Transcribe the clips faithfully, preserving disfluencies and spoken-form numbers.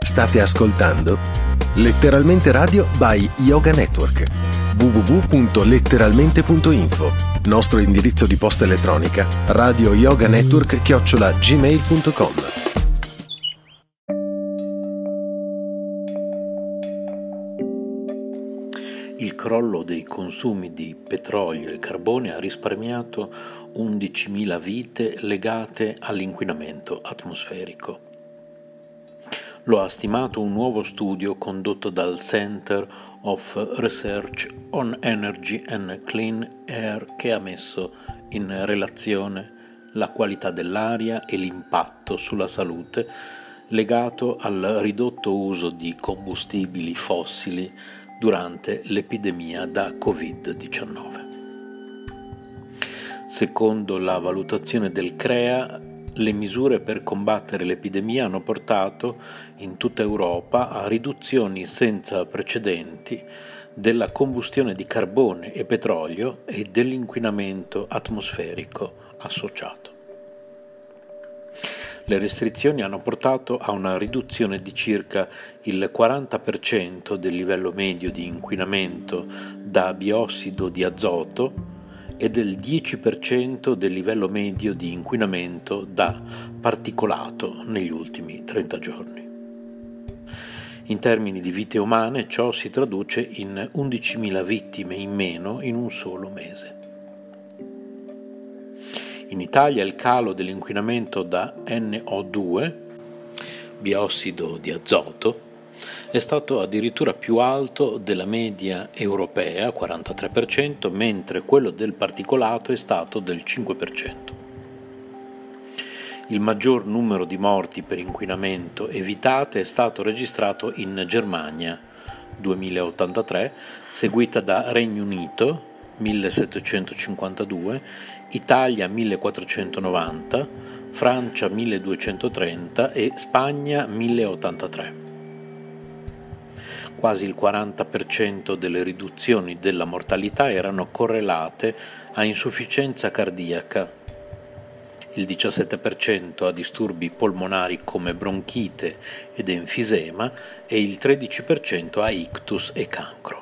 State ascoltando Letteralmente Radio by Yoga Network. w w w punto letteralmente punto info. Nostro indirizzo di posta elettronica radio yoga network chiocciola gmail punto com. Il crollo dei consumi di petrolio e carbone ha risparmiato undicimila vite legate all'inquinamento atmosferico. Lo ha stimato un nuovo studio condotto dal Center of Research on Energy and Clean Air, che ha messo in relazione la qualità dell'aria e l'impatto sulla salute legato al ridotto uso di combustibili fossili durante l'epidemia da covid diciannove. Secondo la valutazione del C R E A, le misure per combattere l'epidemia hanno portato in tutta Europa a riduzioni senza precedenti della combustione di carbone e petrolio e dell'inquinamento atmosferico associato. Le restrizioni hanno portato a una riduzione di circa il quaranta per cento del livello medio di inquinamento da biossido di azoto e del dieci per cento del livello medio di inquinamento da particolato negli ultimi trenta giorni. In termini di vite umane, ciò si traduce in undicimila vittime in meno in un solo mese. In Italia il calo dell'inquinamento da N O due, biossido di azoto, è stato addirittura più alto della media europea, quarantatré per cento, mentre quello del particolato è stato del cinque per cento. Il maggior numero di morti per inquinamento evitate è stato registrato in Germania, duemilaottantatré, seguita da Regno Unito, millesettecentocinquantadue, Italia millequattrocentonovanta, Francia milleduecentotrenta e Spagna milleottantatré. Quasi il quaranta per cento delle riduzioni della mortalità erano correlate a insufficienza cardiaca, il diciassette per cento a disturbi polmonari come bronchite ed enfisema e il tredici per cento a ictus e cancro.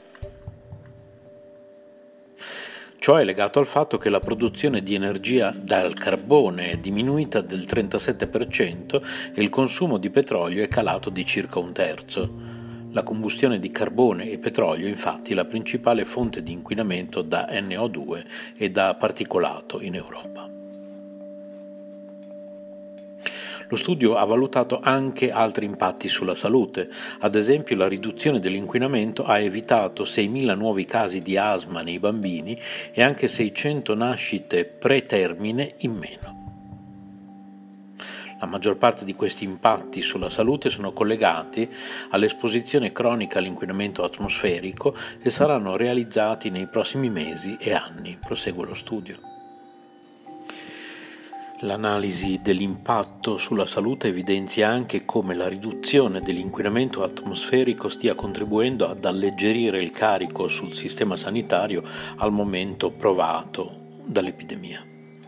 Ciò è legato al fatto che la produzione di energia dal carbone è diminuita del trentasette per cento e il consumo di petrolio è calato di circa un terzo. La combustione di carbone e petrolio, infatti, è la principale fonte di inquinamento da N O due e da particolato in Europa. Lo studio ha valutato anche altri impatti sulla salute. Ad esempio, la riduzione dell'inquinamento ha evitato seimila nuovi casi di asma nei bambini e anche seicento nascite pretermine in meno. La maggior parte di questi impatti sulla salute sono collegati all'esposizione cronica all'inquinamento atmosferico e saranno realizzati nei prossimi mesi e anni, prosegue lo studio. L'analisi dell'impatto sulla salute evidenzia anche come la riduzione dell'inquinamento atmosferico stia contribuendo ad alleggerire il carico sul sistema sanitario al momento provato dall'epidemia.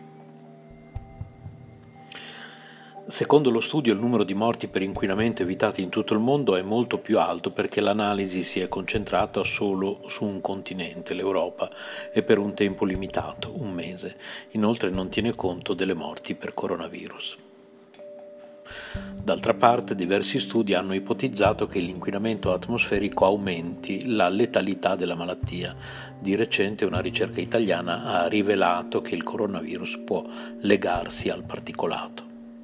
Secondo lo studio, il numero di morti per inquinamento evitati in tutto il mondo è molto più alto perché l'analisi si è concentrata solo su un continente, l'Europa, e per un tempo limitato, un mese. Inoltre non tiene conto delle morti per coronavirus. D'altra parte, diversi studi hanno ipotizzato che l'inquinamento atmosferico aumenti la letalità della malattia. Di recente una ricerca italiana ha rivelato che il coronavirus può legarsi al particolato.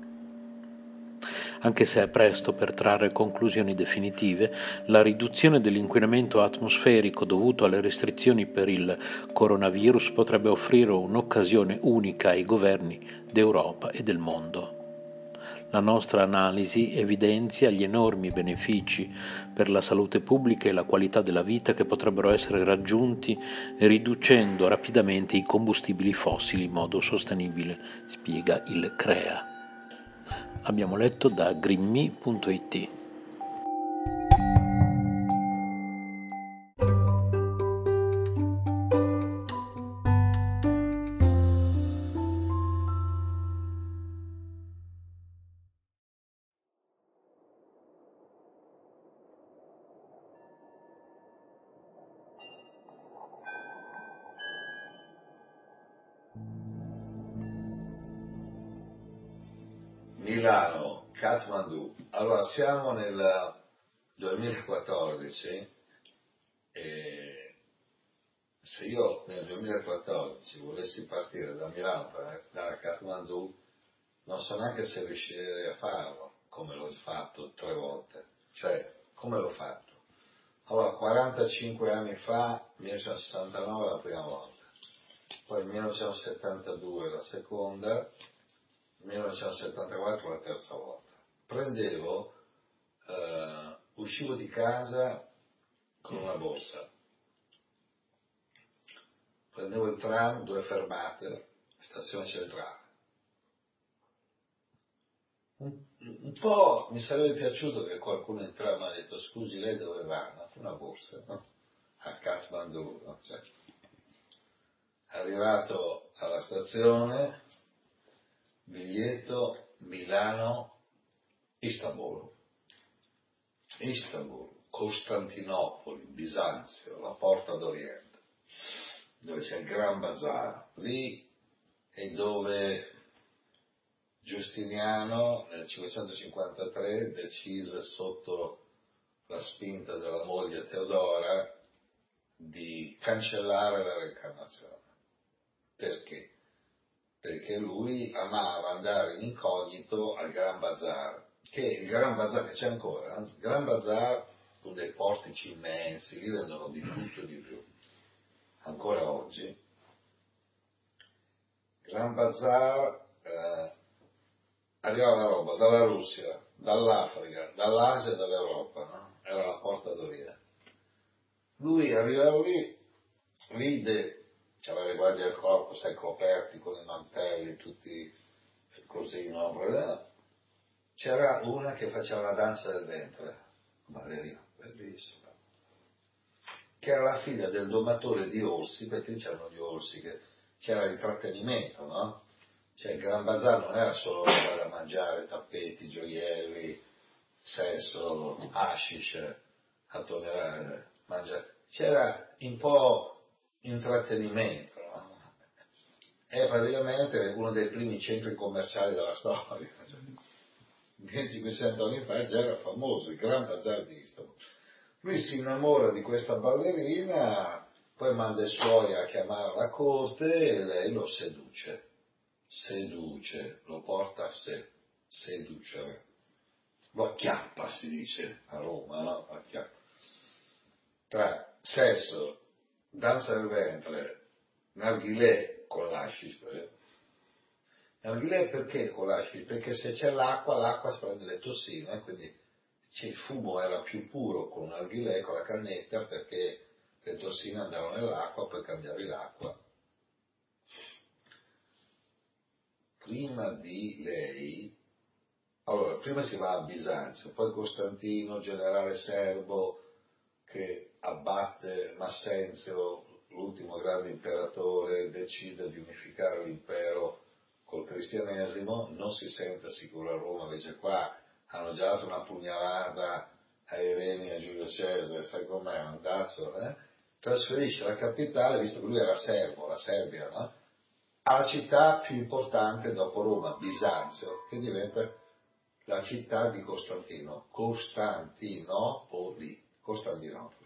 Anche se è presto per trarre conclusioni definitive, la riduzione dell'inquinamento atmosferico dovuto alle restrizioni per il coronavirus potrebbe offrire un'occasione unica ai governi d'Europa e del mondo. La nostra analisi evidenzia gli enormi benefici per la salute pubblica e la qualità della vita che potrebbero essere raggiunti riducendo rapidamente i combustibili fossili in modo sostenibile, spiega il C R E A. Abbiamo letto da greenme punto it. Milano, Kathmandu. Allora, siamo nel duemilaquattordici e se io nel duemilaquattordici volessi partire da Milano per andare a Kathmandu, non so neanche se riuscirei a farlo, come l'ho fatto tre volte. Cioè, come l'ho fatto? Allora, quarantacinque anni fa, millenovecentosessantanove la prima volta, poi millenovecentosettantadue la seconda, millenovecentosettantaquattro la terza volta. Prendevo, eh, uscivo di casa con una borsa, prendevo il tram, due fermate, stazione centrale. Un, un po' mi sarebbe piaciuto che qualcuno in tram mi ha detto: scusi, lei dove va? No, una borsa, no? A Kathmandu, no? Cioè, arrivato alla stazione, biglietto Milano, Istanbul, Istanbul, Costantinopoli, Bisanzio, la Porta d'Oriente, dove c'è il Gran Bazar. Lì è dove Giustiniano nel cinquecentocinquantatré decise, sotto la spinta della moglie Teodora, di cancellare la reincarnazione. Perché? Perché lui amava andare in incognito al Gran Bazar, che il Gran Bazar che c'è ancora, il Gran Bazar con dei portici immensi, lì vendono di tutto e di più, ancora oggi. Gran Bazar, eh, arrivava la roba dalla Russia, dall'Africa, dall'Asia e dall'Europa, no? Era la porta d'Oriente. Lui arrivava lì, vide, c'aveva le guardie del corpo, sai, coperti con i mantelli, tutti così, no? C'era una che faceva la danza del ventre, ballerina, bellissima, che era la figlia del domatore di orsi, perché c'erano gli orsi, che c'era intrattenimento, no? Cioè il Gran Bazar non era solo da mangiare, tappeti, gioielli, sesso, hashish, a tollerare, mangiare. C'era un po' intrattenimento, no? È praticamente uno dei primi centri commerciali della storia. millecinquecento anni fa già era famoso, il Gran Bazar di Istanbul. Lui si innamora di questa ballerina, poi manda i suoi a chiamare la corte e lei lo seduce. Seduce, lo porta a sé, seducere. Lo acchiappa, si dice a Roma, no? Acchiappa. Tra sesso, danza del ventre, narghilè con l'hashish, narghilè perché con l'hashish? Perché se c'è l'acqua, l'acqua prende le tossine, quindi il fumo era più puro con un narghilè, con la cannetta, perché le tossine andavano nell'acqua, poi cambiavi l'acqua. Prima di lei, allora, prima si va a Bisanzio, poi Costantino, generale serbo, che abbatte Massenzio, l'ultimo grande imperatore, decide di unificare l'impero col cristianesimo, non si sente sicuro a Roma, invece qua hanno già dato una pugnalata a Irene e a Giulio Cesare, sai com'è, un andazzo, eh? Trasferisce la capitale, visto che lui era serbo, la Serbia, no? Alla città più importante dopo Roma, Bisanzio, che diventa la città di Costantino, Costantinopoli, Costantinopoli.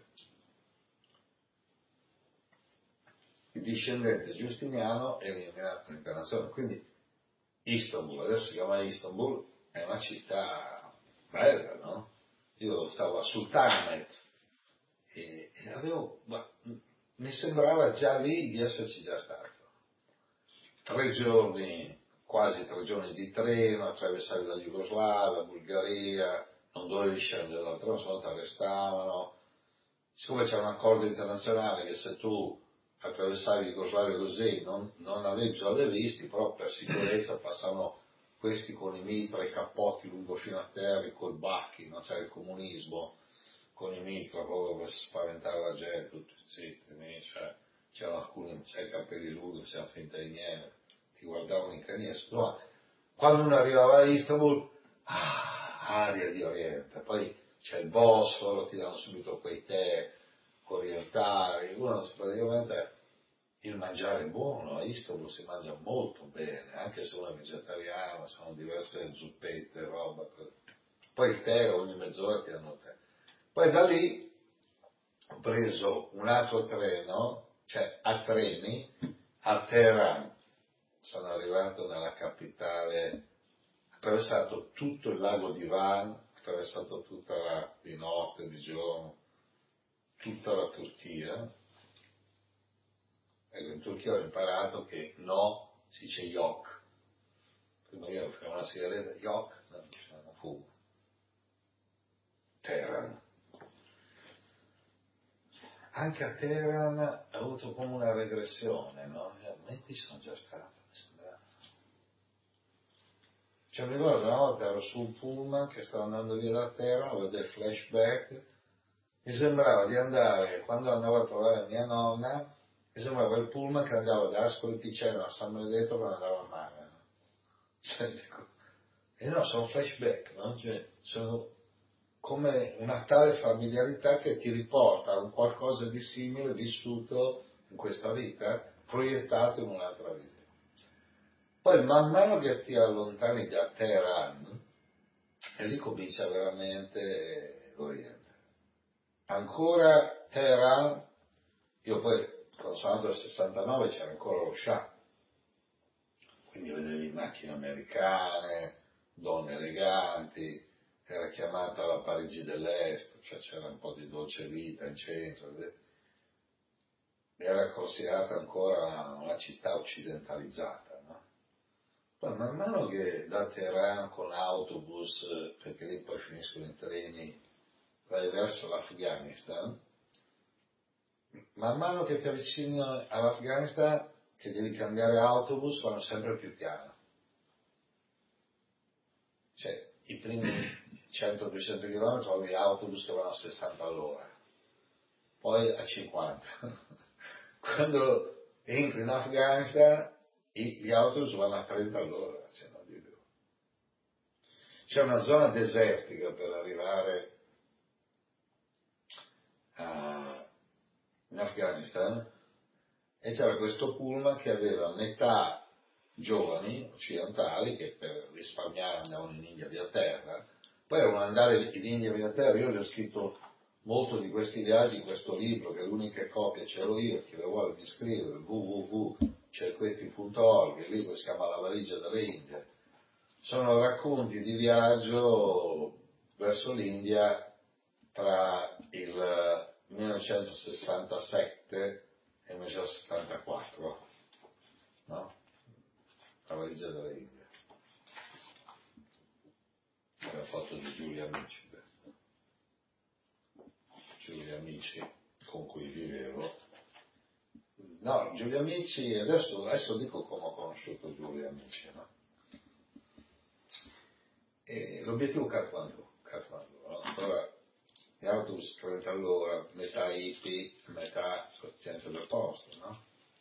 Il discendente Giustiniano è eliminato l'incarnazione, quindi Istanbul, adesso si chiama Istanbul, è una città bella, no? Io stavo a Sultanahmet e, e avevo, ma, mi sembrava già lì di esserci già stato. Tre giorni, quasi tre giorni di treno, attraversavi la Jugoslavia, Bulgaria, non dovevi scendere dal treno, se no ti arrestavano. Siccome c'è un accordo internazionale che se tu attraversavi Jugoslavia così non, non avevi già le visti, però per sicurezza passavano questi con i mitra, i cappotti lungo fino a terra, col bacchi, no? C'era il comunismo, con i mitra proprio per spaventare la gente, tutti zitti, cioè, c'erano alcuni, c'è i capelli lunghi, facevano finta di niente, ti guardavano in caniestro. No, quando uno arrivava a Istanbul, ah, aria di Oriente, poi c'è il Bosforo, ti danno subito quei tè orientali, uno praticamente il mangiare è buono, a Istanbul si mangia molto bene, anche se uno è vegetariano, sono diverse zuppette, roba. Poi il tè, ogni mezz'ora ti danno il tè. Poi da lì ho preso un altro treno, cioè a treni, a Teheran. Sono arrivato nella capitale, ho attraversato tutto il lago di Van, ho attraversato tutta la, di notte, di giorno, tutta la Turchia. Ecco, in Turchia ho imparato che no si dice yok. Prima io facevo una sigaretta, yok, no, non fumo. Teheran. Anche a Teheran ho avuto come una regressione, no? Ma qui sono già stato, mi sembra. Cioè mi ricordo una volta ero su un pullman che stava andando via da Teheran, avevo dei flashback, mi sembrava di andare, quando andavo a trovare mia nonna, mi sembrava il pullman che andava da Ascoli Piceno a San Benedetto per andare al mare. No? Cioè, dico, e no, sono flashback, no? Cioè, sono come una tale familiarità che ti riporta a un qualcosa di simile vissuto in questa vita, proiettato in un'altra vita. Poi man mano che ti allontani da Teheran, e lì comincia veramente l'Oriente. Ancora Teheran, io poi quando sono andato nel sessantanove c'era ancora lo Shah, quindi vedevi macchine americane, donne eleganti, era chiamata la Parigi dell'Est, cioè c'era un po' di dolce vita in centro, era considerata ancora una città occidentalizzata, no? Poi man mano che da Teheran con autobus, perché lì poi finiscono i treni, vai verso l'Afghanistan, man mano che ti avvicini all'Afghanistan, che devi cambiare autobus, vanno sempre più piano. Cioè, i primi cento duecento km trovi autobus che vanno a sessanta all'ora, poi a cinquanta. Quando entri in Afghanistan, gli autobus vanno a trenta all'ora, se no di più. C'è una zona desertica per arrivare a, in Afghanistan, e c'era questo pullman che aveva metà giovani occidentali che per risparmiare andavano in India via terra, poi erano andare in India via terra. Io gli ho scritto molto di questi viaggi in questo libro, che l'unica copia ce l'ho io, chi lo vuole mi scrive, w w w punto cerquetti punto org, il libro si chiama La valigia delle Indie. Sono racconti di viaggio verso l'India tra il millenovecentosessantasette e il millenovecentosettantaquattro, no? La valigia delle Indie. È una foto di Giulia Amici, questa. Giulia Amici, con cui vivevo. No, Giulia Amici, adesso, adesso dico come ho conosciuto Giulia Amici, no? E l'obiettivo Kathmandu, Kathmandu, no? Allora, gli autobus trenta all'ora, metà hippie, metà centro del posto, no?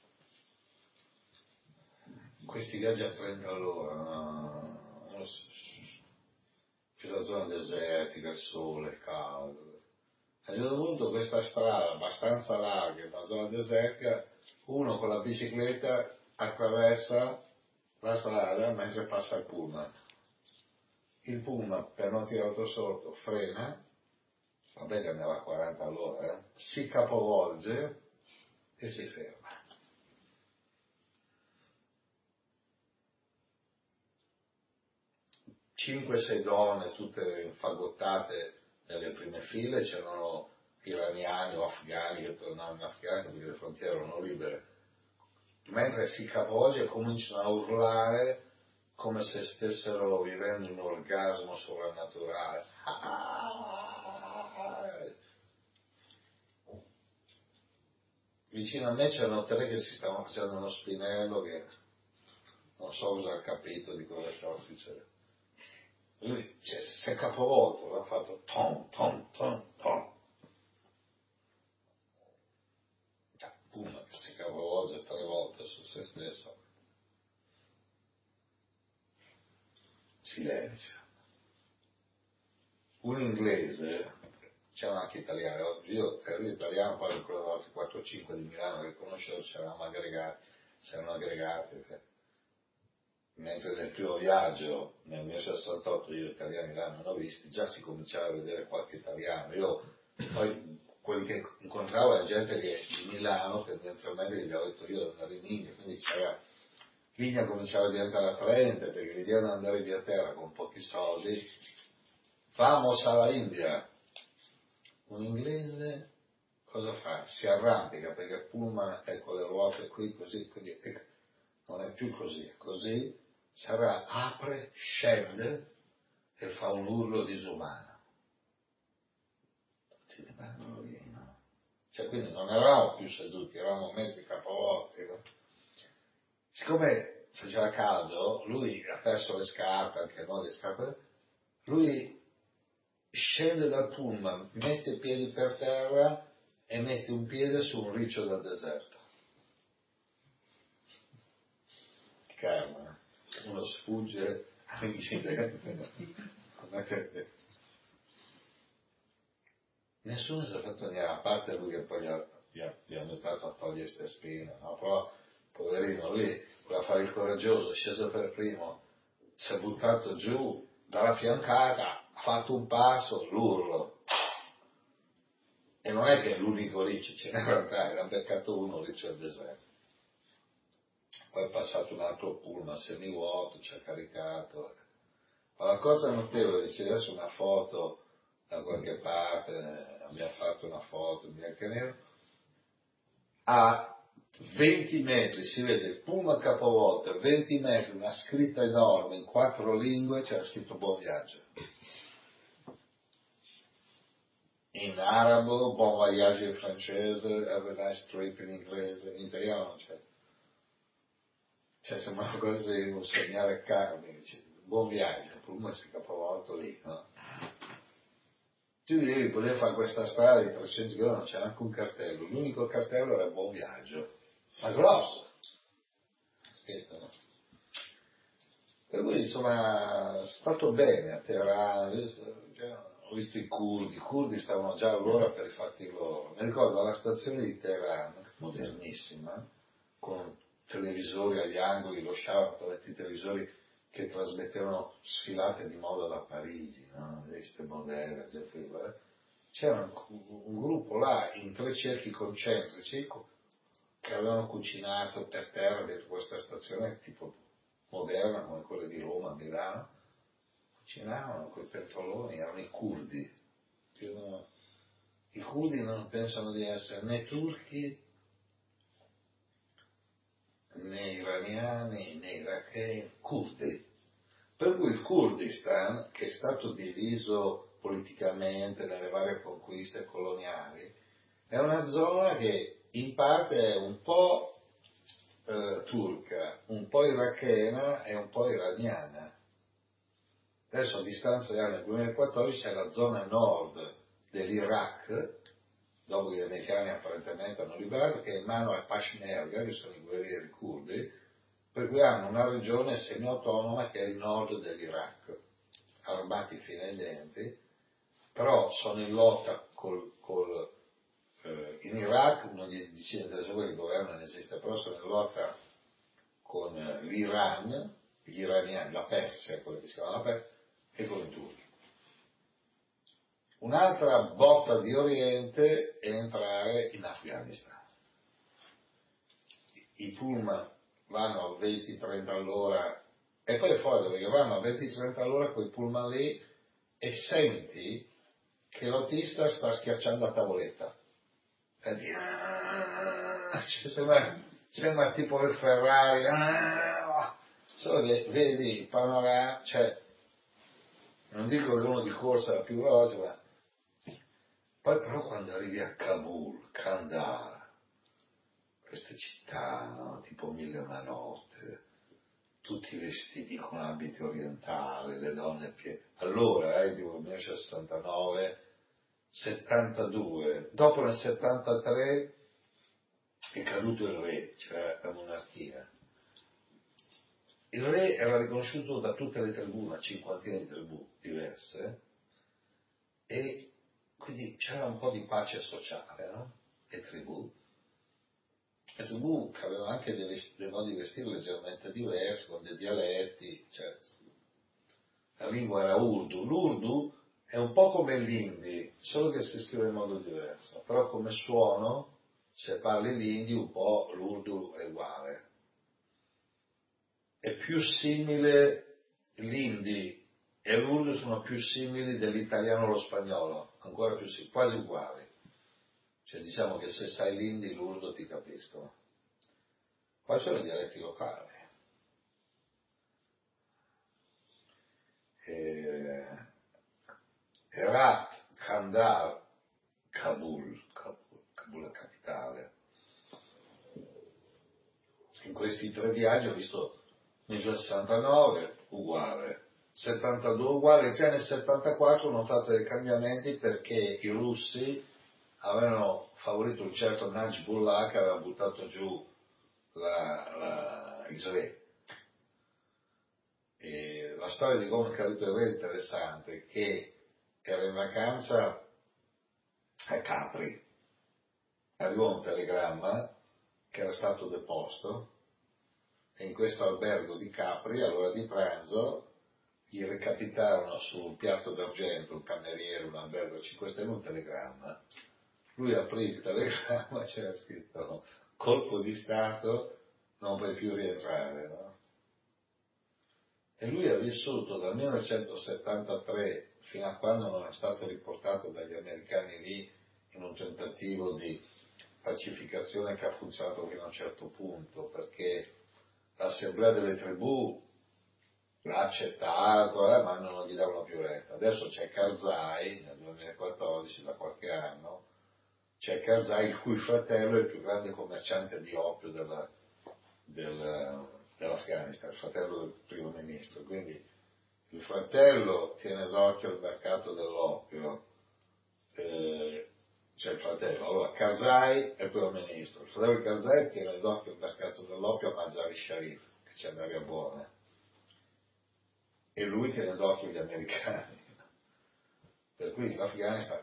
Questi viaggi a trenta all'ora, no? Questa zona desertica, il sole, il caldo. A un certo punto questa strada abbastanza larga, in una zona desertica, uno con la bicicletta attraversa la strada mentre passa il pullman. Il pullman, per non tirare sotto, frena, vabbè che andava a quaranta all'ora, eh? Si capovolge e si ferma. Cinque sei donne, tutte infagottate nelle prime file, c'erano iraniani o afghani che tornavano in Afghanistan perché le frontiere erano libere. Mentre si capovolge cominciano a urlare come se stessero vivendo un orgasmo sovrannaturale. Vicino a me c'erano tre che si stavano facendo uno spinello che non so cosa ha capito di cosa stava succedendo. Lui cioè, si è capovolto, l'ha fatto tom, tom, tom, tom. Puma che si capovolge tre volte su se stesso. Silenzio. Un inglese c'erano anche italiani, io ero italiano, poi ricordo altri quattro o cinque di Milano che conoscevo, c'erano aggregati, c'erano aggregati, mentre nel primo viaggio, nel millenovecentosessantotto, io italiani là non ho visti, già si cominciava a vedere qualche italiano, io poi quelli che incontravo era gente che di Milano tendenzialmente gli avevo detto io ero una Rimini, quindi c'era, Vigna cominciava a diventare attraente perché l'idea di andare via terra con pochi soldi, vamos alla India, un inglese cosa fa? Si arrampica perché il pullman è con le ruote qui così, quindi non è più così, è così, sarà, apre, scende e fa un urlo disumano. Tutti rimangono lì, no? Cioè quindi non eravamo più seduti, eravamo mezzi capovolti, no? Siccome faceva caldo, lui ha perso le scarpe, anche noi le scarpe, lui scende dal pullman, mette i piedi per terra e mette un piede su un riccio del deserto. Calma, uno sfugge all'incidente. Nessuno si è fatto niente, a parte lui che poi gli ha, gli ha, gli ha aiutato a togliere queste spine, no? Però, poverino, lui voleva fare il coraggioso, è sceso per primo, si è buttato giù dalla fiancata, ha fatto un passo, l'urlo. E non è che è l'unico riccio, ce n'era tre, era beccato uno riccio al deserto. Poi è passato un altro pullman semivuoto, ci ha caricato. Ma la cosa notevole, c'è adesso una foto da qualche parte, abbiamo fatto una foto in bianco e nero, a venti metri, si vede il pullman capovolto, venti metri, una scritta enorme in quattro lingue, c'era scritto buon viaggio. In arabo, buon voyage in francese, have a nice trip in inglese, in italiano non c'è. Cioè sembrava quasi un segnale carne, dice, buon viaggio, il pullman si capovolto lì, no? Tu devi poter fare questa strada di trecento chilometri, non c'era anche un cartello, l'unico cartello era buon viaggio, ma grosso. Aspetta, no? Per cui insomma è stato bene a Teheran, cioè, ho visto i curdi, i curdi stavano già allora per i fatti loro. Mi ricordo alla stazione di Teheran, modernissima, con televisori agli angoli, lo Shabbat, questi televisori che trasmettevano sfilate di moda da Parigi, no? Queste modelle, c'era un, un gruppo là in tre cerchi concentrici che avevano cucinato per terra dentro questa stazione tipo moderna come quelle di Roma, Milano, cucinavano quei pentoloni, erano i curdi. I curdi non pensano di essere né turchi né iraniani né iracheni, curdi. Per cui il Kurdistan, che è stato diviso politicamente nelle varie conquiste coloniali, è una zona che in parte è un po' eh, turca, un po' irachena e un po' iraniana. Adesso a distanza di anni, nel duemilaquattordici c'è la zona nord dell'Iraq, dopo che gli americani apparentemente hanno liberato, che è in mano ai Peshmerga, che sono i guerrieri curdi, per cui hanno una regione semi-autonoma che è il nord dell'Iraq, armati fino ai denti, però sono in lotta col, col, eh, in Iraq, uno gli dice che il governo non esiste, però sono in lotta con l'Iran, gli iraniani, la Persia, quello che si chiama la Persia, e con i turchi. Un'altra botta di Oriente è entrare in Afghanistan. I pullman vanno a venti trenta all'ora e poi fuori perché vanno a venti trenta all'ora quei pullman lì e senti che l'autista sta schiacciando la tavoletta. E di, ah, cioè, sembra, sembra tipo il Ferrari, ah, solo che vedi il panorama, cioè non dico che uno di corsa è più veloce, ma poi però quando arrivi a Kabul, Kandahar, queste città, no? Tipo Mille e una notte, tutti vestiti con abiti orientali, le donne piene. Allora, eh, dico millenovecentosessantanove, settantadue, dopo nel settantatré è caduto il re, c'era la monarchia. Il re era riconosciuto da tutte le tribù, una cinquantina di tribù diverse, e quindi c'era un po' di pace sociale, no? E tribù. E tribù che avevano anche dei, vesti, dei modi di vestire leggermente diversi, con dei dialetti, cioè, la lingua era urdu. L'urdu è un po' come l'indi, solo che si scrive in modo diverso, però come suono, se parli l'indi, un po' l'urdu è uguale. È più simile, l'indi e l'urdu sono più simili dell'italiano e lo spagnolo, ancora più simili, quasi uguali. Cioè diciamo che se sai l'indi, l'urdu ti capiscono. Poi sono i dialetti locali. E... Herat, Kandar, Kabul, Kabul, Kabul è la capitale. In questi tre viaggi ho visto nel sessantanove uguale, settantadue uguale, già nel settantaquattro ho notato dei cambiamenti perché i russi avevano favorito un certo Najibullah che aveva buttato giù la, la, il re. E la storia di come è caduto è interessante, che era in vacanza a Capri, arrivò un telegramma che era stato deposto e in questo albergo di Capri all'ora di pranzo gli recapitarono su un piatto d'argento, un cameriere, un albergo a cinque stelle, un telegramma. Lui aprì il telegramma, c'era scritto colpo di Stato, non puoi più rientrare, no? E lui ha vissuto dal millenovecentosettantatré fino a quando non è stato riportato dagli americani lì in un tentativo di pacificazione che ha funzionato fino a un certo punto, perché l'assemblea delle tribù l'ha accettato, eh, ma non gli davano più retta. Adesso c'è Karzai, nel duemilaquattordici, da qualche anno, c'è Karzai il cui fratello è il più grande commerciante di oppio della, del, dell'Afghanistan, il fratello del primo ministro, quindi il fratello tiene d'occhio il mercato dell'oppio, eh, c'è il fratello, allora Karzai è il primo ministro, il fratello di Karzai tiene d'occhio il mercato dell'oppio a Mazar-i Sharif, che c'è un'aria buona, e lui tiene d'occhio gli americani, per cui l'Afghanistan,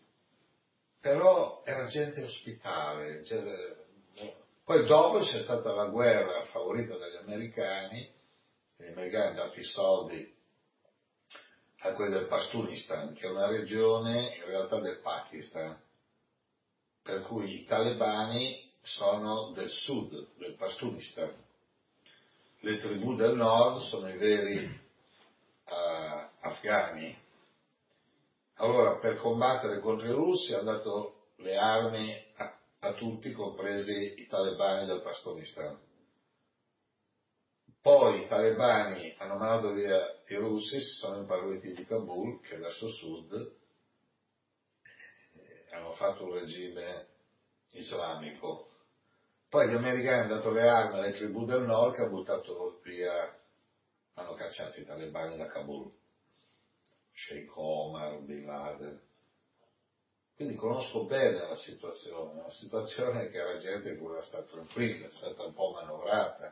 però era gente ospitale, cioè, poi dopo c'è stata la guerra favorita dagli americani, gli americani hanno dato i soldi a quelli del Pashtunistan, che è una regione in realtà del Pakistan, per cui i talebani sono del sud, del Pashtunistan. Le tribù del nord sono i veri uh, afghani. Allora, per combattere contro i russi hanno dato le armi a, a tutti, compresi i talebani del Pashtunistan. Poi i talebani hanno mandato via i russi, si sono impartiti di Kabul, che è verso sud, hanno fatto un regime islamico. Poi gli americani hanno dato le armi alle tribù del nord che hanno buttato via, hanno cacciato i talebani da Kabul, Sheikh Omar, Bin Laden. Quindi conosco bene la situazione, una situazione che era gente che voleva stare tranquilla, è stata un po' manovrata.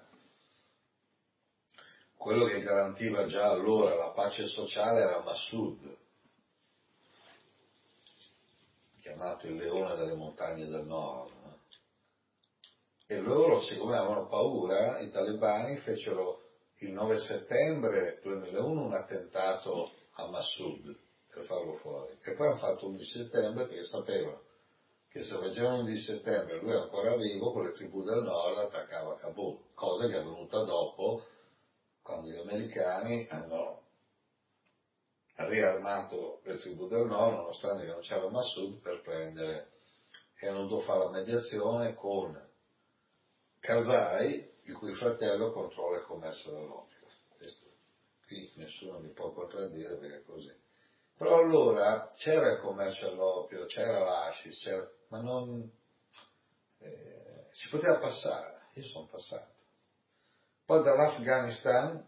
Quello che garantiva già allora la pace sociale era Massoud, chiamato il leone delle montagne del nord. E loro, siccome avevano paura, i talebani fecero il nove settembre duemilauno un attentato a Massoud per farlo fuori. E poi hanno fatto undici settembre perché sapevano che se facevano undici settembre lui era ancora vivo, con le tribù del nord attaccava Kabul, cosa che è avvenuta dopo, quando gli americani hanno riarmato le tribù del nord, nonostante che non c'era Massoud, per prendere, e hanno dovuto fare la mediazione con Karzai, il cui fratello controlla il commercio dell'oppio. Questo, qui nessuno mi può contraddire perché è così. Però allora c'era il commercio dell'oppio, c'era l'hashish, c'era, ma non eh, si poteva passare, io sono passato. Poi dall'Afghanistan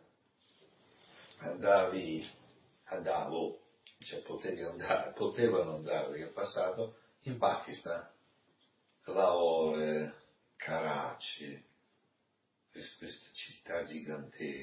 andavi, andavo, cioè potevi andare, potevano andare, perché è passato in Pakistan, Lahore, Karachi, queste città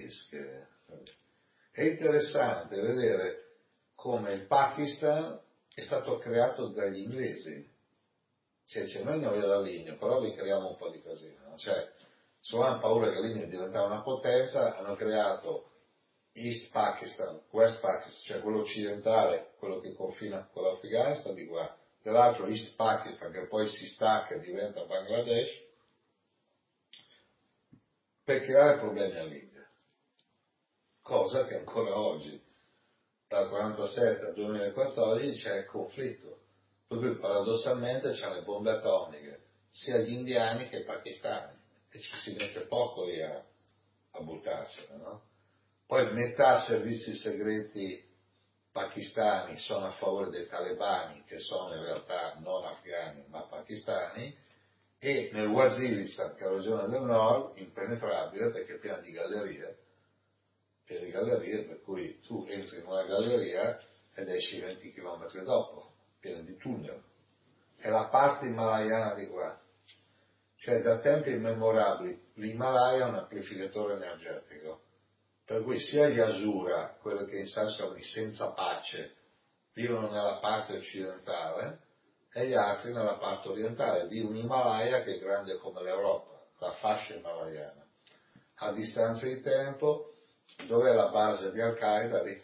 gigantesche. È interessante vedere come il Pakistan è stato creato dagli inglesi. Cioè, cioè noi andiamo via dall'India, però vi creiamo un po' di casino, no? Cioè, solo hanno paura che l'India diventava una potenza, hanno creato East Pakistan, West Pakistan, cioè quello occidentale, quello che confina con l'Afghanistan di qua, dall'altro East Pakistan che poi si stacca e diventa Bangladesh, per creare problemi all'India, cosa che ancora oggi, dal quarantasette al duemilaquattordici, c'è il conflitto, per cui paradossalmente c'è le bombe atomiche, sia gli indiani che i pakistani, e ci si mette poco lì a, a buttarsela, no? Poi metà servizi segreti pakistani sono a favore dei talebani, che sono in realtà non afghani ma pakistani, e nel Waziristan, che è la regione del nord, impenetrabile perché è piena di gallerie, piena di gallerie, per cui tu entri in una galleria ed esci venti chilometri dopo, piena di tunnel. È la parte himalayana di qua. Cioè da tempi immemorabili l'Himalaya è un amplificatore energetico, per cui sia gli Asura, quelli che in sanscrito senza pace, vivono nella parte occidentale e gli altri nella parte orientale di un Himalaya che è grande come l'Europa, la fascia himalayana. A distanza di tempo, dov'è la base di Al-Qaeda? Lì.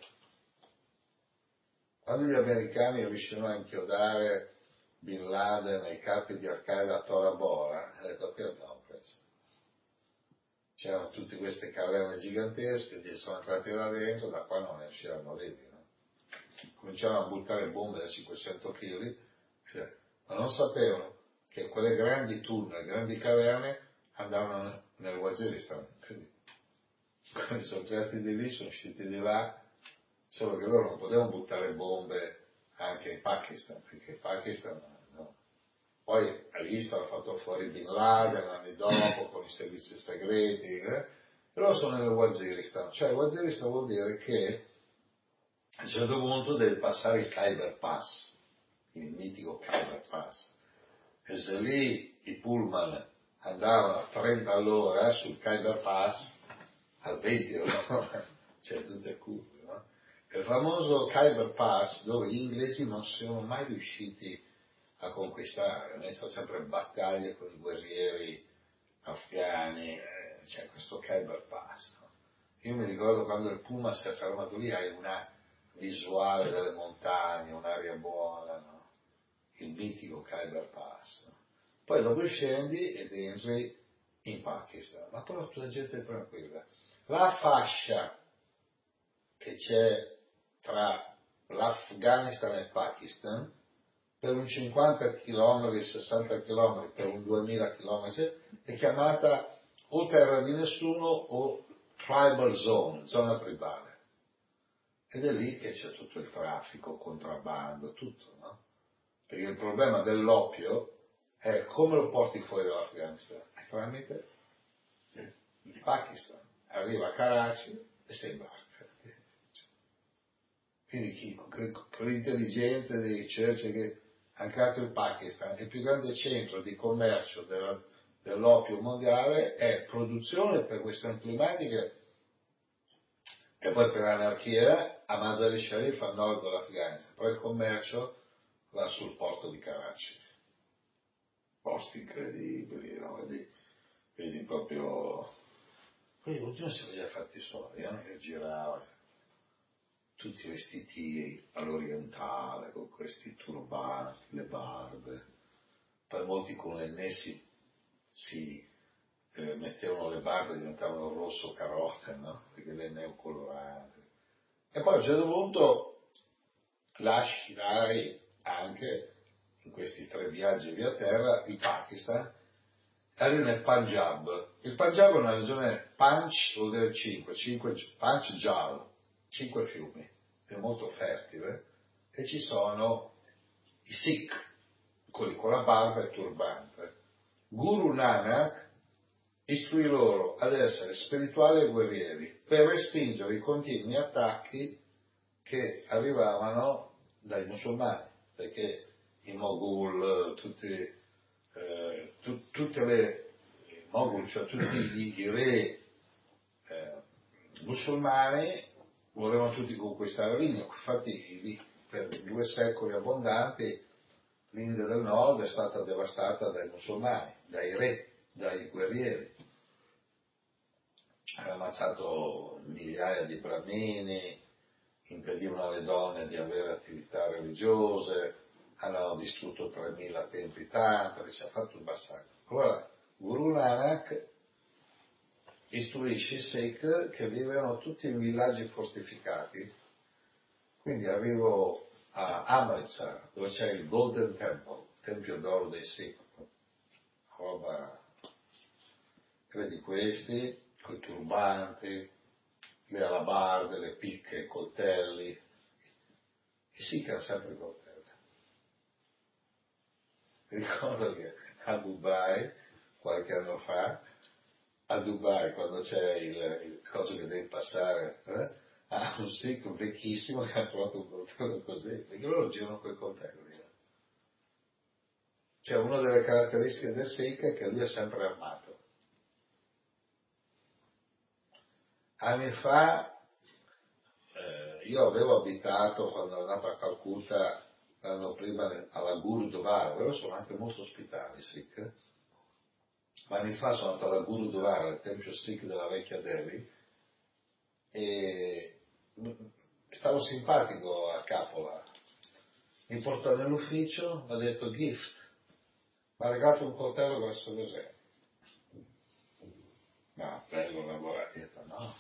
Quando gli americani riuscirono a inchiodare Bin Laden e i capi di Al-Qaeda a Tora Bora, ha detto che abbiamo preso. C'erano tutte queste caverne gigantesche, gli sono entrati là dentro, da qua non ne usciranno vivi. No? Cominciarono a buttare bombe da cinquecento chili, cioè, ma non sapevano che quelle grandi tunnel, grandi caverne andavano nel Waziristan. Quindi, quando sono entrati di lì, sono usciti di là, solo che loro non potevano buttare bombe anche in Pakistan, perché Pakistan no. Poi all'Islam ha fatto fuori Bin Laden anni dopo con i servizi segreti, eh? E loro sono nel Waziristan, cioè il Waziristan vuol dire che a un certo punto devi passare il Khyber Pass, il mitico Khyber Pass, e se lì i pullman andavano a trenta all'ora sul Khyber Pass, a venti all'ora, cioè tutte curve, no? Il famoso Khyber Pass dove gli inglesi non sono mai riusciti a conquistare, ne sta sempre in battaglia con i guerrieri afghani, eh, c'è questo Khyber Pass. No? Io mi ricordo quando il Puma si è fermato lì, hai una visuale delle montagne, un'aria buona, no? Il mitico Khyber Pass. No? Poi dopo scendi ed entri in Pakistan, ma poi tutta la gente è tranquilla. La fascia che c'è tra l'Afghanistan e il Pakistan, per un cinquanta chilometri, sessanta chilometri, per un duemila chilometri, è chiamata o terra di nessuno o tribal zone, zona tribale. Ed è lì che c'è tutto il traffico, contrabbando, tutto, no? Perché il problema dell'oppio è come lo porti fuori dall'Afghanistan? È tramite il Pakistan. Arriva a Karachi e si imbarca. Quindi chi, con l'intelligenza dei Churchill che ha creato il Pakistan, il più grande centro di commercio della, dell'oppio mondiale, è produzione per questioni climatiche e poi per l'anarchia a Mazar-e Sharif a nord dell'Afghanistan, poi il commercio va sul porto di Karachi. Posti incredibili, no? Vedi, vedi proprio... Poi l'ultimo si faceva fatti soldi, eh? Che girava, tutti vestiti all'orientale, con questi turbanti, le barbe, poi molti con le nessi si eh, mettevano le barbe e diventavano rosso carote, no? Perché le neocolorate. E poi a un certo punto lasciai anche in questi tre viaggi via terra il Pakistan, arrivo nel Punjab. Il Punjab è una regione, Punch vuol dire cinque, cinque Punch Jal, cinque fiumi, è molto fertile, e ci sono i Sikh, quelli con la barba e il turbante. Guru Nanak istruì loro ad essere spirituali e guerrieri per respingere i continui attacchi che arrivavano dai musulmani, perché i Moghul, tutti, eh, tu, tutte le i Moghul, cioè tutti gli, i re eh, musulmani volevano tutti conquistare l'India, infatti per due secoli abbondanti l'India del Nord è stata devastata dai musulmani, dai re, dai guerrieri. Hanno ammazzato migliaia di brahmini, impedivano alle donne di avere attività religiose, hanno distrutto tremila templi tantrici, ha fatto un massacro. Allora, Guru Nanak istruisce i Sikh che vivono tutti in villaggi fortificati, quindi arrivo a Amritsar, dove c'è il Golden Temple, il Tempio d'oro dei Sikh, roba, vedi questi, coi turbanti, le alabarde, le picche, i coltelli, i Sikh hanno sempre i coltelli. Mi ricordo che a Dubai, qualche anno fa, a Dubai, quando c'è il, il coso che devi passare, eh, ha un Sikh vecchissimo che ha trovato un coltello così, perché loro girano quei coltelli. Cioè, una delle caratteristiche del Sikh è che lui è sempre armato. Anni fa, eh, io avevo abitato, quando ero andato a Calcutta, l'anno prima alla Gurudwara, loro sono anche molto ospitali, Sikh. Ma anni fa sono andato alla Gurudwara, al tempio Sikh della vecchia Delhi, e stavo simpatico a capo là. Mi portò nell'ufficio, mi ha detto gift, mi ha regalato un coltello verso l'esercito. No, prego, lavorare. Io ho detto no, no.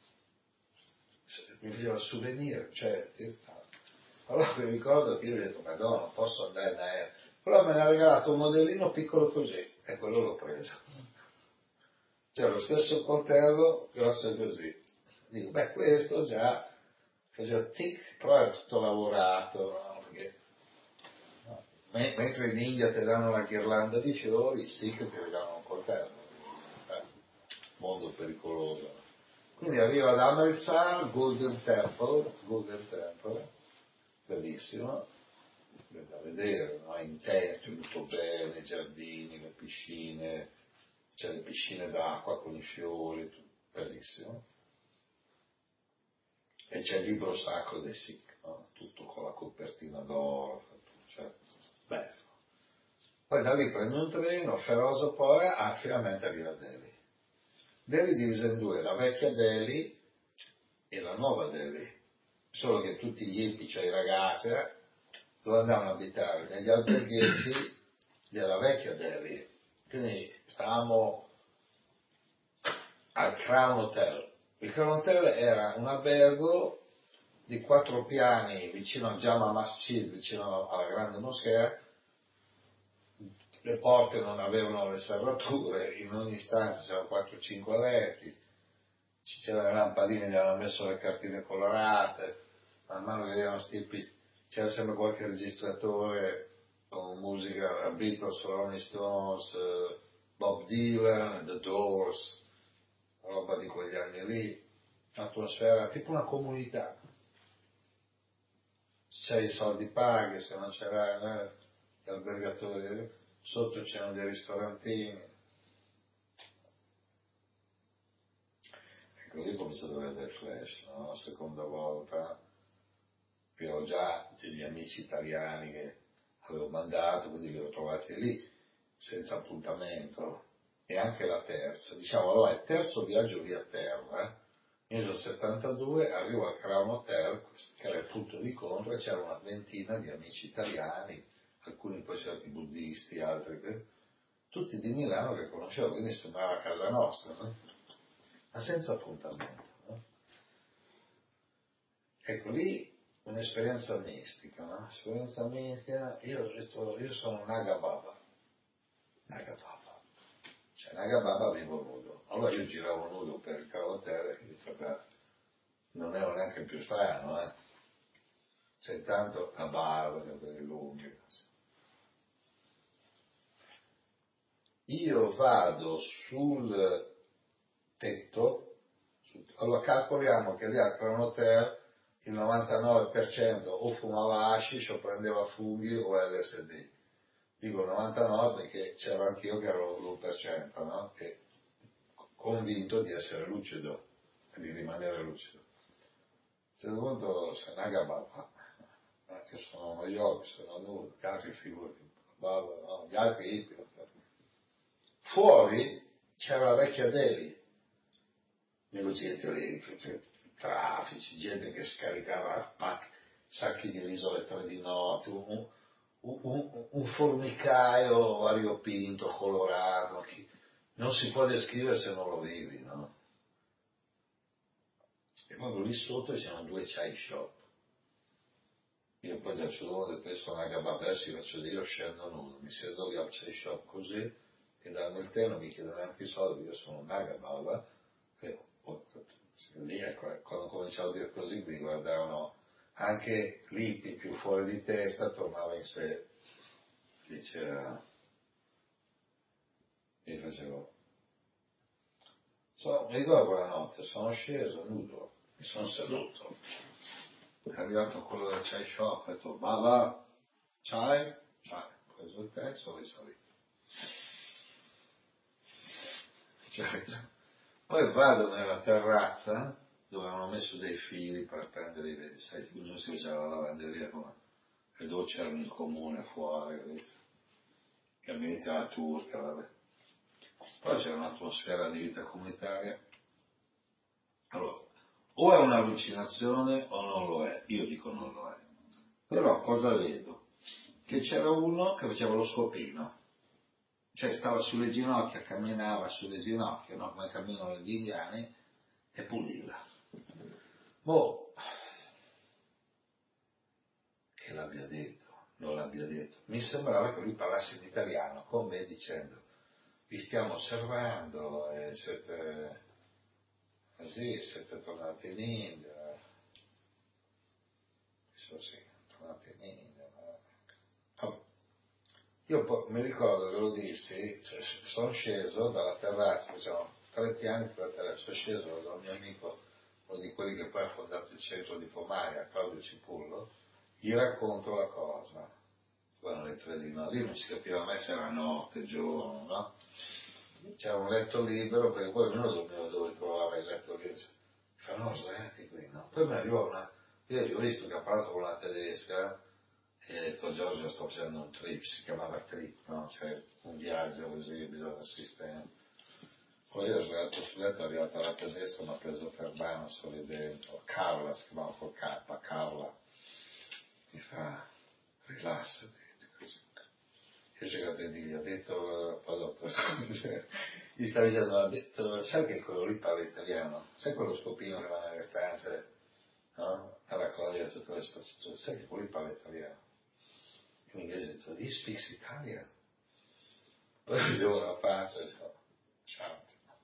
Mi diceva souvenir, cioè, allora mi ricordo che io gli ho detto, madonna, posso andare in aereo. Allora me ne ha regalato un modellino piccolo così, e quello l'ho preso. Cioè lo stesso coltello, grosso così. Dico, beh, questo già, faceva tic, però è tutto lavorato, no? Perché, no. Mentre in India ti danno la ghirlanda di fiori, sì che ti regalano un coltello. Eh, mondo pericoloso. Quindi arriva ad Amritsar, Golden Temple, Golden Temple, bellissimo, da vedere, no? In tempio, tutto bene, i giardini, le piscine, c'è le piscine d'acqua con i fiori, tutto, bellissimo. E c'è il libro sacro dei Sikh, no? Tutto con la copertina d'oro, cioè, bello. Poi da lì prendo un treno, Ferozepur, ah, finalmente arriva a Delhi. Delhi è divisa in due, la vecchia Delhi e la nuova Delhi, solo che tutti gli hippie, cioè i ragazzi, eh, dove andavano a abitare? Negli alberghetti della vecchia Delhi. Quindi stavamo al Crown Hotel. Il Crown Hotel era un albergo di quattro piani vicino al Jama Masjid, vicino alla grande moschea. Le porte non avevano le serrature, in ogni stanza c'erano quattro cinque letti, c'erano le lampadine, gli avevano messo le cartine colorate, man mano che vedevano stipi, c'era sempre qualche registratore con musica, Beatles, Rolling Stones, Bob Dylan, The Doors, roba di quegli anni lì, atmosfera, tipo una comunità. Se c'hai i soldi paghi, se non c'era eh, gli albergatori, sotto c'erano dei ristorantini. E così ho cominciato a vedere Flash, no? La seconda volta, che ho già degli amici italiani che avevo mandato, quindi li ho trovati lì, senza appuntamento. E anche la terza, diciamo, allora il terzo viaggio via terra, nel settantadue arrivo al Crown Hotel, che era il punto di incontro, e c'era una ventina di amici italiani, alcuni poi certi buddisti, altri che, tutti di Milano che conoscevo, quindi sembrava casa nostra, no? Ma senza appuntamento. No? Ecco lì un'esperienza mistica, no? Esperienza mistica, io ho detto, io sono un Agababa, Agababa. Cioè, Naga Baba vivo nudo. Allora io giravo nudo per il Crown-Hotel e non ero neanche più strano, eh. C'è intanto la barba, i capelli lunghi. Io vado sul tetto, su, allora calcoliamo che lì al Crown-Hotel il novantanove per cento o fumava hashish o prendeva funghi o L S D. Dico novantanove perché c'ero anch'io che ero l'uno per cento, no? Che convinto di essere lucido e di rimanere lucido. A un certo punto c'è una gabba, che sono yogi, sono nulla, gli altri figurati, no? Gli altri hippie. Fuori c'era la vecchia Delhi, negoziatori, traffici, gente che scaricava pack, sacchi di riso alle tre di notte, un, un, un, un formicaio variopinto, colorato, che non si può descrivere se non lo vivi, no? E proprio lì sotto c'erano due chai shop. Io poi da giorno penso a una gabba ci faccio dire, io scendo nudo, mi siedo lì al chai shop così, e danno il tè, non mi chiedono neanche i soldi, io sono un nagaballa, e lì ecco, quando cominciavo a dire così mi guardavano, anche lì più fuori di testa tornava in sé, diceva, io facevo, so, mi ricordo quella notte, sono sceso nudo, mi sono seduto, è arrivato quello del chai shop, ho detto, va va, chai, chai, ho preso il tè e sono risalito. Poi vado nella terrazza dove avevano messo dei fili per prendere i vedi, sai, non si faceva la lavanderia come le docce erano in comune fuori, capito? Gabbinetti alla turca, vabbè. Poi c'era un'atmosfera di vita comunitaria. Allora, o è un'allucinazione o non lo è, io dico non lo è. Però cosa vedo? Che c'era uno che faceva lo scopino. Cioè stava sulle ginocchia, camminava sulle ginocchia, no? Come camminano gli indiani, e puliva. Boh, che l'abbia detto, non l'abbia detto. Mi sembrava che lui parlasse in italiano con me dicendo, vi stiamo osservando, e siete così, siete tornati in India. Questo sì, tornati in India. No? Io poi, mi ricordo che lo dissi, cioè, sono sceso dalla terrazza, facevano trenta anni per la terrazza, sono sceso da un mio amico, uno di quelli che poi ha fondato il centro di Pomaria, Claudio Cipullo, gli racconto la cosa. Poi le tre di notte, lì non si capiva mai se era notte, giorno, no? C'era un letto libero, perché poi ognuno dormiva dove trovava il letto libero. Fa, no, senti qui, no? Poi mi arrivò una, io ho visto che ha parlato con una tedesca, e ho detto, Giorgio, sto facendo un trip, si chiamava trip, no? Cioè un viaggio così, bisogna assistere. Poi io sono andato sul letto, è arrivata la tedesca, mi ha preso per mano, sono lì dentro, Carla, si chiamava col K, Carla, mi fa, rilassati, così. Io ho cercato di dirgli, ha detto, poi dopo, gli stavo dicendo, ha detto, sai che quello lì parla italiano? Sai quello scopino che va nelle stanze, no? A raccogliere tutte le spazzature, sai che quello lì parla italiano? In inglese ho detto, he speaks Italian. Poi vedevo una faccia e dicevo, ciao.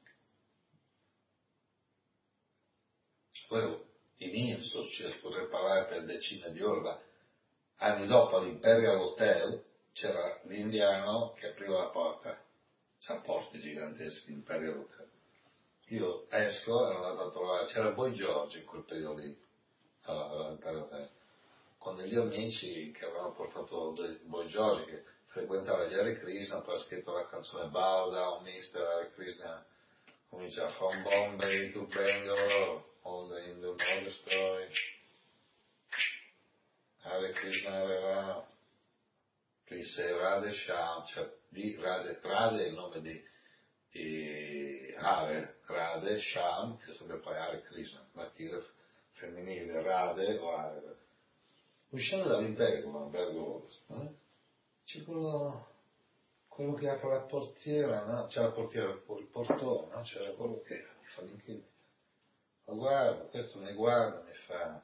Poi in India sto successo, potrei parlare per decine di ore, ma anni dopo all'Imperial Hotel c'era l'indiano che apriva la porta, c'ha porte gigantesche, l'Imperial Hotel. Io esco, ero andato a trovare, c'era Boy George in quel periodo lì, all'Imperial Hotel, con degli amici che avevano portato Boy George, che frequentava gli Hare Krishna, poi ha scritto la canzone Bow Down, mister Hare Krishna, comincia from Bombay to Bangalore, all the Hindu know the story. Hare Krishna, Hare Rama, please say Radhe Sham, cioè di Radhe, Radhe è il nome di, di Hare, Radhe Sham, che sarebbe poi Hare Krishna, maschile, femminile, Radhe o Hare. Uscendo dall'imperio, come albergo, eh? C'è quello, quello che apre la portiera, no? C'è la portiera, il portone, no? C'era quello che mi fa l'inchino. Lo guardo, questo mi guarda, mi fa,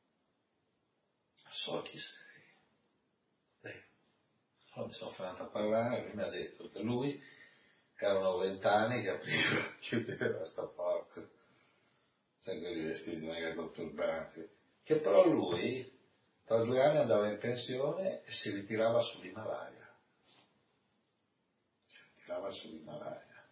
so chi sei. Beh, allora mi sono fermato a parlare, lui mi ha detto che lui erano vent'anni che apriva, chiudeva sta porta, sai quelli vestiti mega con turbanti, che però lui tra due anni andava in pensione e si ritirava sull'Himalaya, si ritirava sull'Himalaya.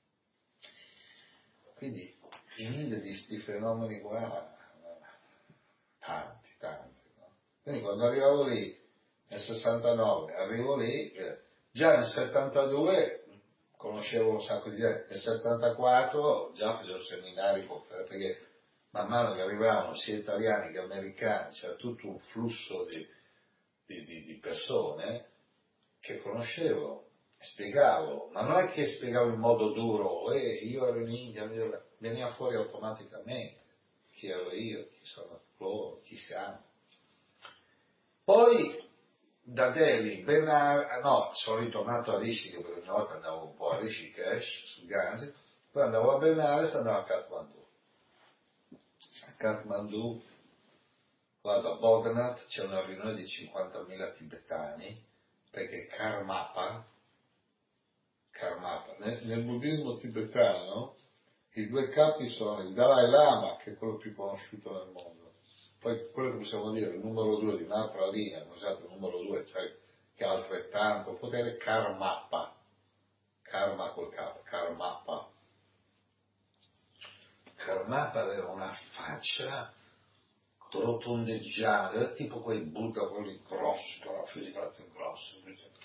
Quindi in India di questi fenomeni qua, tanti, tanti. No? Quindi quando arrivavo lì, nel sessantanove, arrivo lì, eh, già nel settantadue conoscevo un sacco di gente, nel settantaquattro già facevo seminari, perché man mano che arrivavano sia italiani che americani, c'era tutto un flusso di, di, di, di persone che conoscevo, spiegavo, ma non è che spiegavo in modo duro, eh, io ero in India, veniva fuori automaticamente chi ero io, chi sono loro, chi siamo. Poi da Delhi, Benar, no, sono ritornato a Rishikesh, perché una volta andavo un po' a Rishikesh, sul Gange, poi andavo a Benares e andavo a Kathmandu. A Kathmandu vado a Bodhanath, c'è una riunione di cinquantamila tibetani, perché Karmapa, Karmapa nel, nel buddismo tibetano i due capi sono il Dalai Lama, che è quello più conosciuto nel mondo, poi quello che possiamo dire il numero due di un'altra linea, non esatto, il numero due, cioè che ha altrettanto potere, Karmapa, Karma col capo, Karmapa. Karmapa aveva una faccia rotondeggiata, era tipo quel Buddha, quelli grossi, con la fisica grossa.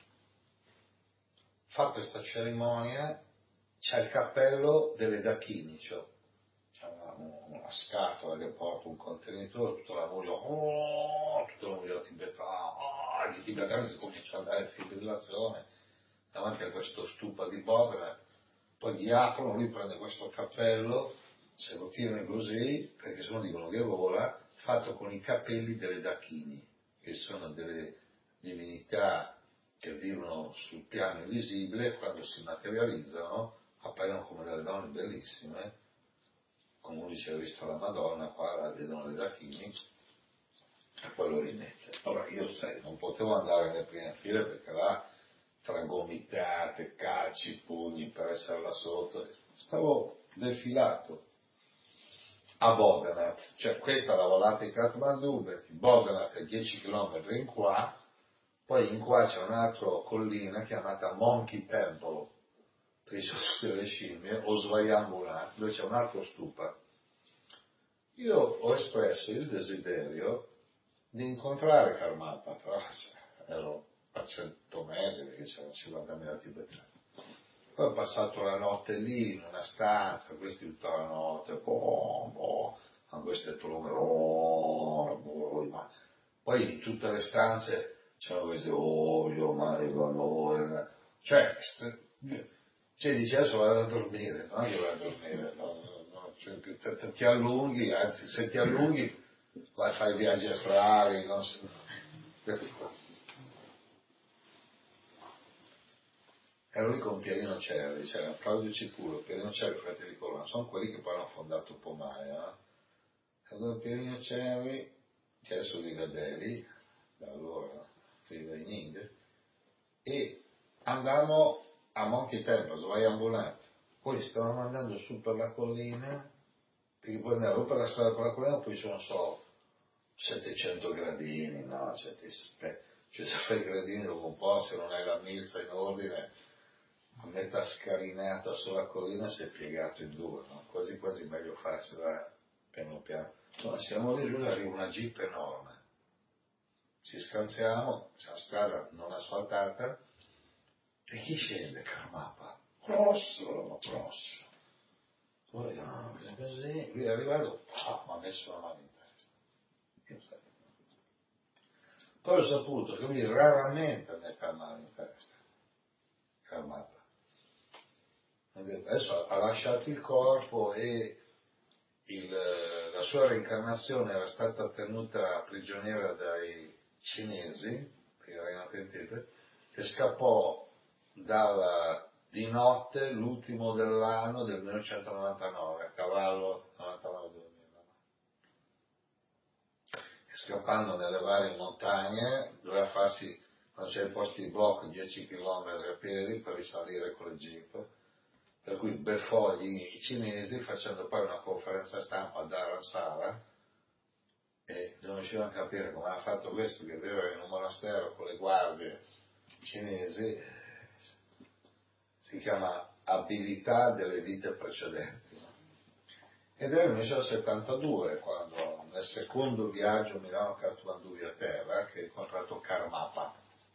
Fa questa cerimonia, c'è il cappello delle Dakini, cioè c'è una, una scatola che porta un contenitore, tutta la musica, oh, tutta la musica tibetana, oh, i tibetani si cominciano a dare fibrillazione davanti a questo stupa di Bodhanath, poi gli aprono, lui prende questo cappello, se lo tirano così, perché se no dicono che vola, fatto con i capelli delle Dakini, che sono delle divinità che vivono sul piano invisibile, e quando si materializzano appaiono come delle donne bellissime, come uno dice, ha visto la Madonna, qua la vedono le Dakini, e poi lo rimette. Allora io, sai, non potevo andare nelle prime file perché là, tra gomitate, calci, pugni, per essere là sotto, stavo defilato a Bodhanath, cioè questa la volata di Kathmandu, Bodhanath è dieci chilometri in qua, poi in qua c'è un'altra collina chiamata Monkey Temple, che sono tutte le scimmie, o Svayambuna, dove c'è un altro stupa. Io ho espresso il desiderio di incontrare Karmapa, però ero a cento metri perché c'erano cinquantamila tibetani. Poi ho passato la notte lì in una stanza, questi tutta la notte, boh, boh, con queste trombe, boh, boh, ma poi in tutte le stanze c'erano queste, oh, io mai valore, cioè, cioè dice adesso vado a dormire, no? Io vado a dormire, no, no, no, cioè, ti, ti allunghi, anzi se ti allunghi vai a fare viaggi astrali, no? Ero lì con Pierino Cerri, c'era Claudio Cipulo, Pierino Cerri, fratelli di Colonna, sono quelli che poi hanno fondato Pomaia, no? Allora Pierino Cerri, che adesso vive a Delhi, da allora vive in India, e andavamo a Monkey Temple, Svayambunat, poi stavamo andando su per la collina, perché poi andavo per la strada per la collina, poi sono so settecento gradini, no, cioè, ti, cioè se fai i gradini dopo un po', se non hai la milza in ordine, a metà scarinata sulla collina si è piegato in due, no? Quasi quasi meglio farsela piano piano. Insomma, siamo lì giù, arriva una jeep enorme, ci scansiamo, c'è una strada non asfaltata, e chi scende? Karmapa, grosso, grosso. Poi no, così, lui è arrivato, ah, mi ha messo la mano in testa. Io sai. Poi ho saputo che lui raramente mette la mano in testa, Karmapa. Adesso ha lasciato il corpo e il, la sua reincarnazione era stata tenuta prigioniera dai cinesi, perché era nato in Tibet, che scappò dalla, di notte l'ultimo dell'anno del millenovecentonovantanove, a cavallo novantanove duemila. Scappando nelle varie montagne, doveva farsi, quando c'è i posti di blocco, dieci chilometri a piedi per risalire con le jeep. Per cui beffò i cinesi facendo poi una conferenza stampa a Dharamsala e non riuscivano a capire come ha fatto questo, che viveva in un monastero con le guardie cinesi, si chiama abilità delle vite precedenti. Ed era nel millenovecentosettantadue quando nel secondo viaggio Milano-Kathmandu via terra che ho incontrato Karmapa,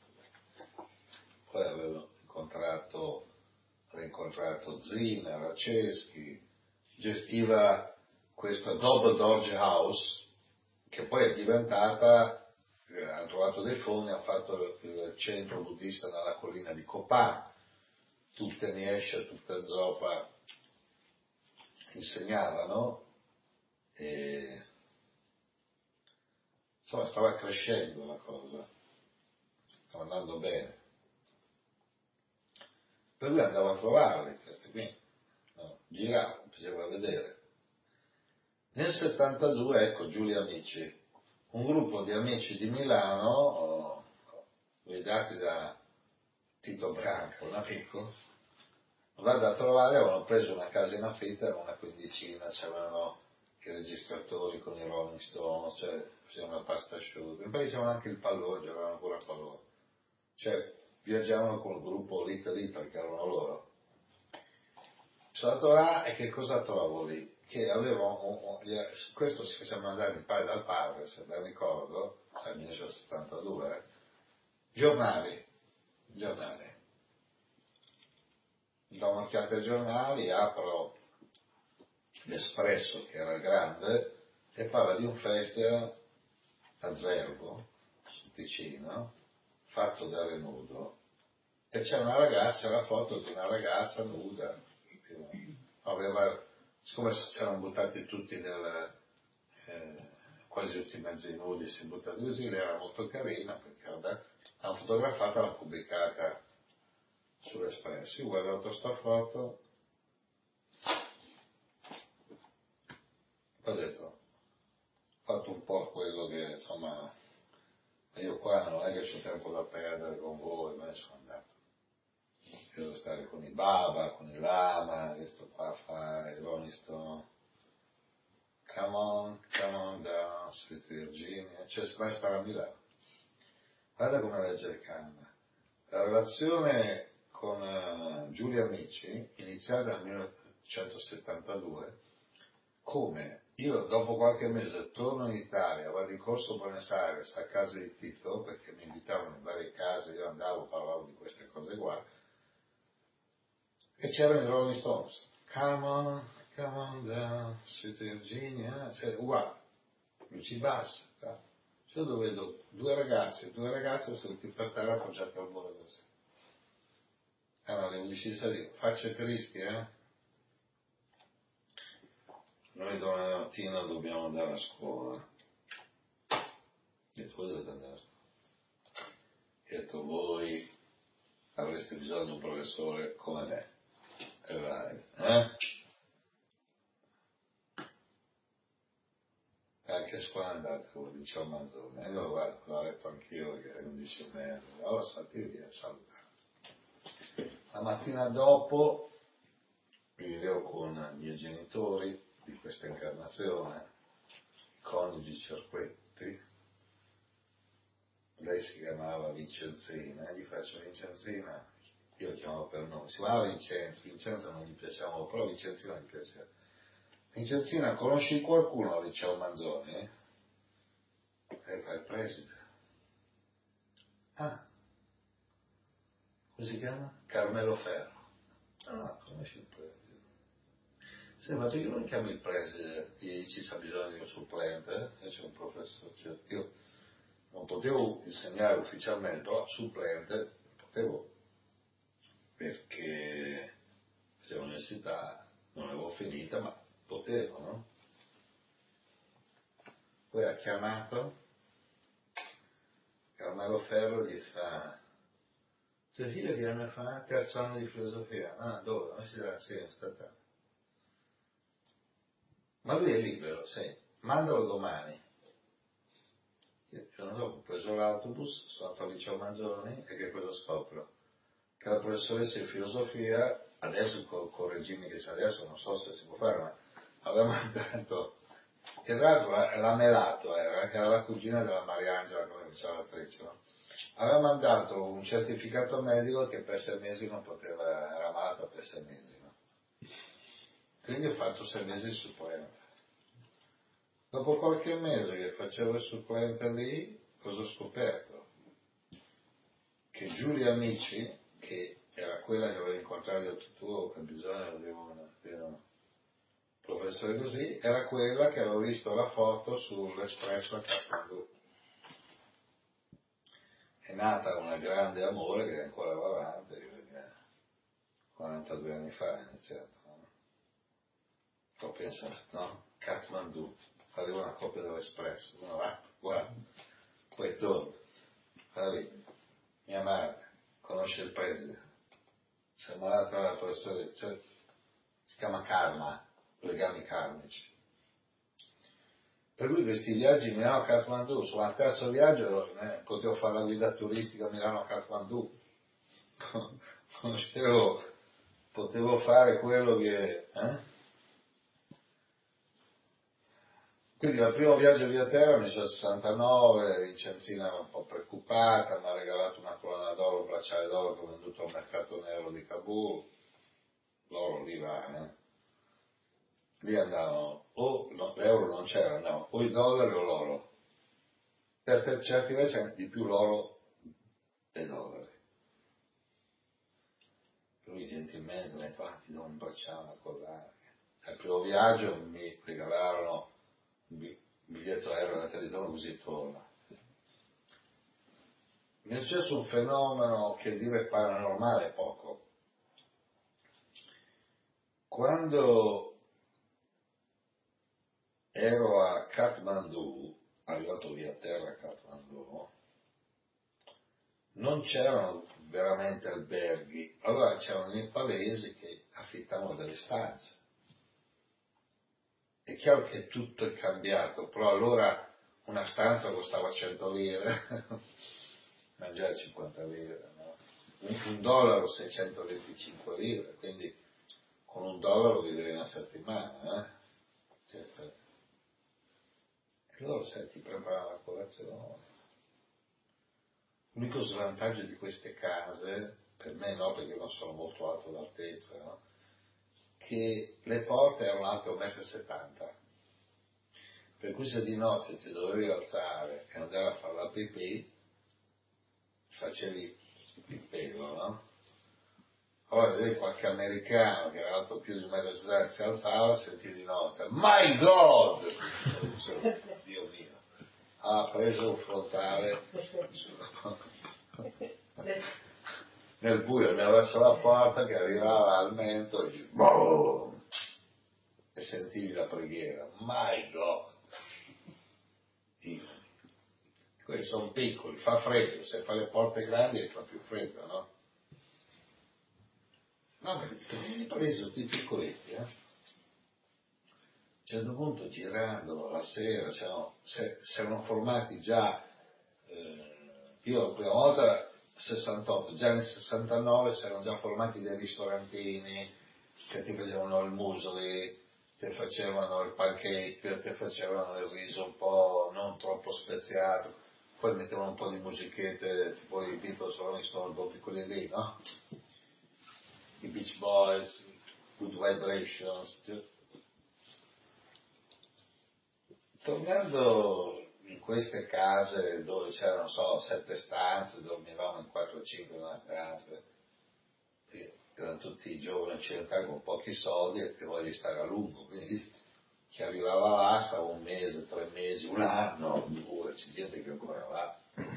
poi avevo incontrato ho incontrato Zina, Raceschi, gestiva questa Dobe Dorje House, che poi è diventata, eh, hanno trovato dei fondi, hanno fatto il centro buddista nella collina di Kopan, tutte Niesce, tutte Zopa insegnavano, e insomma stava crescendo la cosa, stava andando bene. Per cui andavo a trovarli, questi qui, no? Giravo, bisognava vedere. Nel settantadue, ecco, Giulia Amici, un gruppo di amici di Milano, oh, guidati da Tito Branco, un amico, vado a trovare, avevano preso una casa in affitto, era una quindicina, c'erano i registratori con i Rolling Stones, cioè facevano la pasta asciutta, e poi c'erano anche il pallone, avevano pure il pallone, cioè viaggiavano col gruppo Little Italy, che erano loro. Sono andato là e che cosa trovo lì? Che avevano, questo si faceva mandare il padre dal padre, se ben ricordo, cioè millenovecentosettantadue, eh, giornali, giornali. Do un'occhiata ai giornali, apro l'Espresso, che era grande, e parla di un festival a Zerbo, sul Ticino, fatto da Renudo, e c'è una ragazza, la foto di una ragazza nuda, aveva, siccome si erano buttati tutti nel, eh, quasi tutti i mezzi nudi, si buttati così, lei era molto carina, perché vabbè, l'hanno fotografata, l'hanno pubblicata sull'Espresso. Io ho guardato sta foto, ho detto, ho fatto un po' quello che, insomma, io qua non è che c'ho tempo da perdere con voi, me ne sono andato. Io devo stare con i Baba, con i Lama, che sto qua a fare, Rolling Stone. Come on, come on down, Sweet Virginia, cioè se vai a stare a Milano. Guarda come legge il canna. La relazione con uh, Giulia Amici, iniziata nel millenovecentosettantadue, come io dopo qualche mese torno in Italia, vado in corso Buenos Aires a casa di Tito, perché mi invitavano in varie case, io andavo, parlavo di queste cose qua, e c'erano i Rolling Stones, come on, come on down, Sweet Virginia, cioè uguale, luci basse, cioè io vedo due ragazzi, due ragazze seduti per terra appoggiate al muro così. Erano le undici di facce tristi, eh? Noi domani mattina dobbiamo andare a scuola. E tu dovete andare a scuola. E ho detto, voi avreste bisogno di un professore come me. E vai, eh? E anche a scuola andate, come diceva Manzoni. Io guarda, l'ho letto anch'io perché è undici e mezza. Allora salti via, salutare. La mattina dopo vivevo con i miei genitori di questa incarnazione, coniugi Cerquetti. Lei si chiamava Vincenzina, e gli faccio Vincenzina, io lo chiamavo per nome, si chiamava Vincenzo, Vincenzo non gli piaceva, però Vincenzina gli piaceva. Vincenzina, conosci qualcuno al liceo Manzoni? E fa il preside. Ah, come si chiama? Carmelo Ferro. Ah, conosci il preside? Sì, ma perché non chiami il preside, gli dici se ha bisogno di un supplente, e c'è un professore, cioè, io non potevo insegnare ufficialmente, però supplente potevo, perché facevo l'università, non l'avevo finita, ma potevo, no? Poi ha chiamato Carmelo Ferro e gli fa, tuo figlio che anno fa? Terzo anno di filosofia. Ah, dove? Non si dà, sì, è statale. Ma lui è libero, sì, mandalo domani. Io il giorno dopo ho preso l'autobus, sono andato al liceo Manzoni e che cosa scopro? Che la professoressa di filosofia, adesso col, col regime che c'è adesso, non so se si può fare, ma aveva mandato, che tra l'altro l'ha melato, era, che era la cugina della Mariangela, come diceva l'attrice, no? Aveva mandato un certificato medico che per sei mesi non poteva, era malata per sei mesi, no? Quindi ho fatto sei mesi di supplente. Dopo qualche mese che facevo il supplente lì, cosa ho scoperto? Che Giulia Amici, che era quella che avevo incontrato, ho detto tu hai bisogno di un, di un vuole essere così, era quella che avevo visto la foto sull'Espresso a Kathmandu. È nata una grande amore che ancora va avanti, perché quarantadue anni fa è iniziato. No? Ho pensato, no, Kathmandu, arriva una copia dell'Espresso, no, va, guarda, poi torno, va lì, mia madre, conosce il preside, siamo andati alla professore, cioè, si chiama karma, legami karmici. Per cui questi viaggi Milano a Kathmandu, sono al terzo viaggio, eh, potevo fare la guida turistica a Milano a Kathmandu, conoscevo, potevo fare quello che... Eh? Quindi il primo viaggio via terra mi sono sessantanove, Vincenzina era un po' preoccupata, mi ha regalato una colonna d'oro, un bracciale d'oro che ho venduto al mercato nero di Kabul, l'oro lì va, eh. Lì andavano, o no, l'euro non c'era, andavano o i dollari o l'oro. Per, per certi versi di più l'oro dei dollari. Lui gentilmente mi ha detto, ah, ti do un bracciale, una collana. Al primo viaggio mi regalarono un biglietto aereo da tre giorni così torna. Mi è successo un fenomeno che dire paranormale è poco. Quando ero a Kathmandu, arrivato via terra a Kathmandu, non c'erano veramente alberghi, allora c'erano i nepalesi che affittavano delle stanze. È chiaro che tutto è cambiato, però allora una stanza costava cento lire, mangiare cinquanta lire, no? un, un dollaro seicentoventicinque lire, quindi con un dollaro vivrei una settimana, eh? Cioè, e loro sai, ti preparano la colazione. L'unico svantaggio di queste case, per me no, perché non sono molto alto d'altezza, no? Che le porte erano alte un metro e settanta, per cui se di notte ti dovevi alzare e andare a fare la pipì, facevi il pelo, no? Allora vedevi qualche americano che era alto più di un metro e settanta, si alzava, sentivi di notte, my God! Dio mio! Ha preso un frontale nel buio, mi ha verso la porta che arrivava al mento e, boom, e sentivi la preghiera, my God! Dio. Quelli sono piccoli, fa freddo, se fa le porte grandi fa più freddo, no? No, ma li preso tutti piccoletti, eh? A un certo punto girando la sera, si erano formati già, eh, io la prima volta sessantotto, già nel sessantanove si erano già formati dei ristorantini che ti facevano il muesli, ti facevano il pancake, ti facevano il riso un po' non troppo speziato, poi mettevano un po' di musichette, tipo i Beatles, Rolling Stones, tutti quelli lì, no? I Beach Boys, Good Vibrations. Tornando in queste case dove c'erano, non so, sette stanze, dormivamo in quattro o cinque in una stanza, erano tutti giovani occidentali con pochi soldi e che vogliono stare a lungo, quindi chi arrivava là stava un mese, tre mesi, un anno, due, c'è gente che ancora va.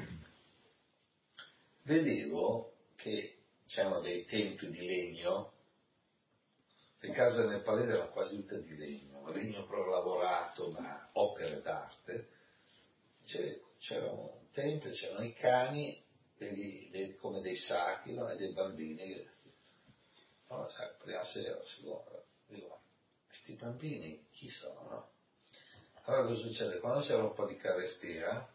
Vedevo che c'erano dei templi di legno, le case nepalesi erano quasi tutte di legno, legno però lavorato, ma opere d'arte. C'erano templi, c'erano i cani, degli, dei, come dei sacchi, no? E dei bambini. Che, no, sai, prima sera si guarda, dico, questi bambini chi sono? No? Allora cosa succede? Quando c'era un po' di carestia,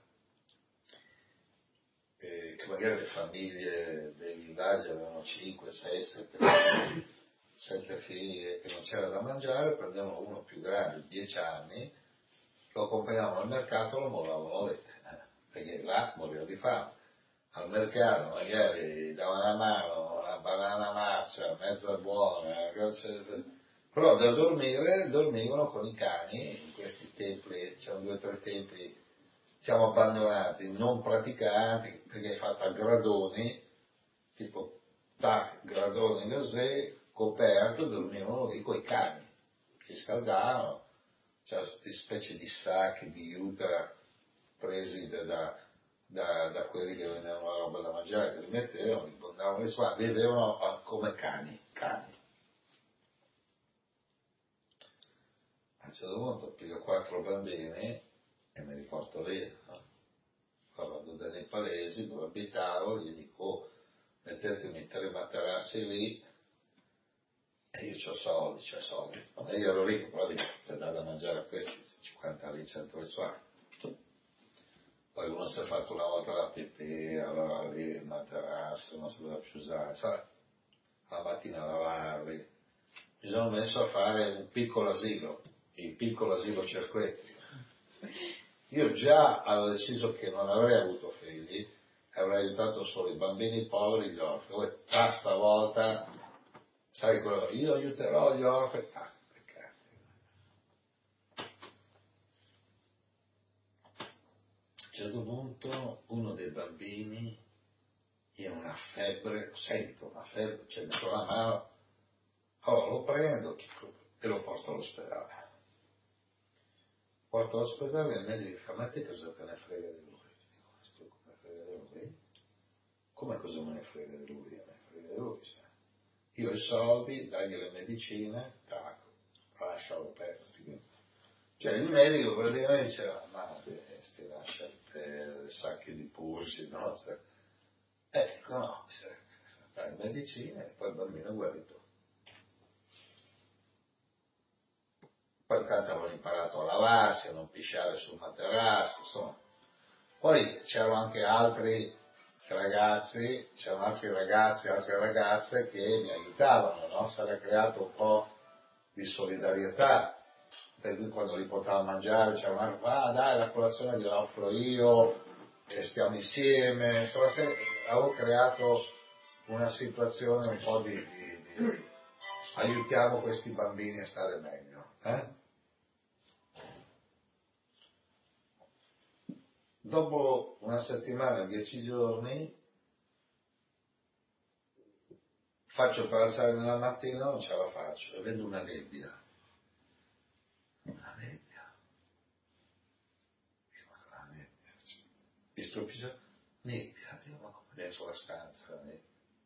Eh, che magari le famiglie dei villaggi avevano cinque, sei, sette figli, sette figli e non c'era da mangiare, prendevano uno più grande, dieci anni, lo accompagnavano al mercato e lo mollavano lì, perché là moriva di fame. Al mercato magari davano una mano, una banana marcia, mezza buona, però da dormire dormivano con i cani in questi templi, c'erano due o tre templi. Siamo abbandonati, non praticanti, perché è fatta a gradoni, tipo tac, gradoni così, coperto, dormivano lì coi cani, si scaldavano, c'erano queste specie di sacchi di juta presi da, da, da, da quelli che vendevano la roba da mangiare, che li mettevano, li bondavano le squadre, vivevano come cani, cani. A un certo punto piglio quattro bambini e me li porto via, no? Vado da nei palesi dove abitavo, gli dico, oh, mettetemi tre materassi lì, e io ho soldi, c'ho soldi. E io ero ricco, però dico, per dare da mangiare a questi cinquanta lì, cento le suore. Poi uno si è fatto una volta la pipì, allora lì il materasso non si poteva più usare, cioè, la mattina a lavarli. Mi sono messo a fare un piccolo asilo, il piccolo asilo Cerquetti. Io già avevo deciso che non avrei avuto figli, avrei aiutato solo i bambini poveri, gli orfani. Ah, stavolta, sai quello, io aiuterò gli orfani. Ah, peccato. A un certo punto uno dei bambini, io ho una febbre, sento una febbre, cioè metto la mano, allora lo prendo e lo porto all'ospedale. Porto all'ospedale e il medico fa, ma te cosa te ne frega di lui? Dico, come frega di lui? Come cosa me ne frega di lui? Me ne frega di lui, cioè. Io ho i soldi, dagli le medicine, tac, lascialo perdere. Cioè il medico praticamente diceva, ma ti lascia te, sacchi di pulsi, no? Cioè, eh, dico no, cioè, dai medicine e poi il bambino è guarito. Poi tanto avevo imparato a lavarsi, a non pisciare sul materasso, insomma. Poi c'erano anche altri ragazzi, c'erano altri ragazzi e altre ragazze che mi aiutavano, no? Si era creato un po' di solidarietà. Per cui quando li portavo a mangiare c'era una, ah dai, la colazione gliela offro io, e stiamo insieme. Insomma, avevo creato una situazione un po' di, di, di aiutiamo questi bambini a stare meglio. Eh? Dopo una settimana, dieci giorni, faccio per alzare nella mattina, non ce la faccio, e vedo una nebbia. Una nebbia. Io, ma la nebbia. Mi stupisce, nebbia, io, ma come dentro la stanza, la nebbia.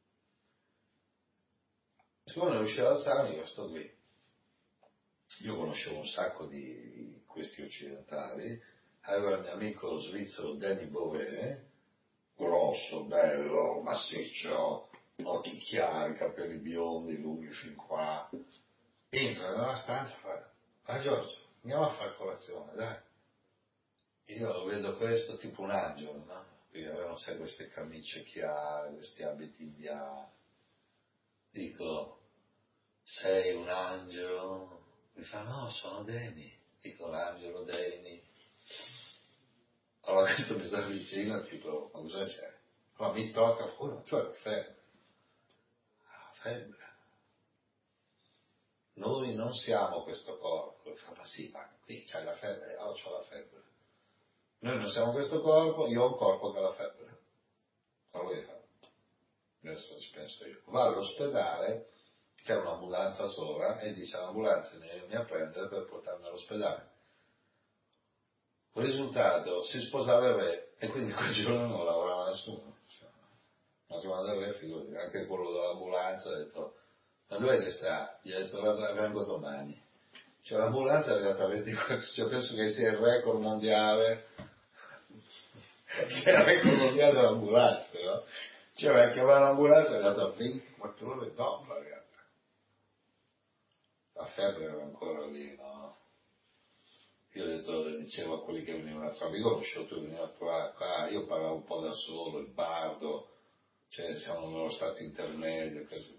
Siccome non riuscivo ad alzarmi, io sto qui. Io conoscevo un sacco di questi occidentali. Aveva il mio amico svizzero Danny Bové, grosso, bello, massiccio, occhi chiari, capelli biondi, lunghi fin qua. Entra nella stanza e fa, ah Giorgio, andiamo a fare colazione, dai. Io lo vedo questo tipo un angelo, no? Quindi avevano sempre queste camicie chiare, questi abiti indiani. Dico, sei un angelo? Mi fa, no, sono Danny. Dico, l'angelo Danny. Allora questo mi si avvicina, tipo, ma cosa c'è? Allora mi tocca, oh, cioè la febbre. La febbre. Noi non siamo questo corpo. E fa, ma sì, ma qui c'hai la febbre, allora c'ho la febbre. Noi non siamo questo corpo, io ho un corpo che ha la febbre. Allora io, adesso ci penso io. Va all'ospedale, c'è un'ambulanza sola, e dice all'ambulanza vieni a prendere per portarmi all'ospedale. Il risultato, si sposava il re e quindi quel giorno non lavorava nessuno. Ma si manda il re, figurati, anche quello dell'ambulanza ha detto, ma dov'è che sta? Gli ha detto, vengo domani. Cioè l'ambulanza è arrivata a ventiquattro, cioè penso che sia il record mondiale, c'è il record mondiale dell'ambulanza, no? Cioè va a chiamare l'ambulanza è arrivata a ventiquattro ore dopo la realtà. La febbre era ancora lì, no? Io ho detto, dicevo a quelli che venivano a trovare, io ho conosciuto, venivano a trovare qua, io parlavo un po' da solo, il bardo, cioè siamo nello stato intermedio, così.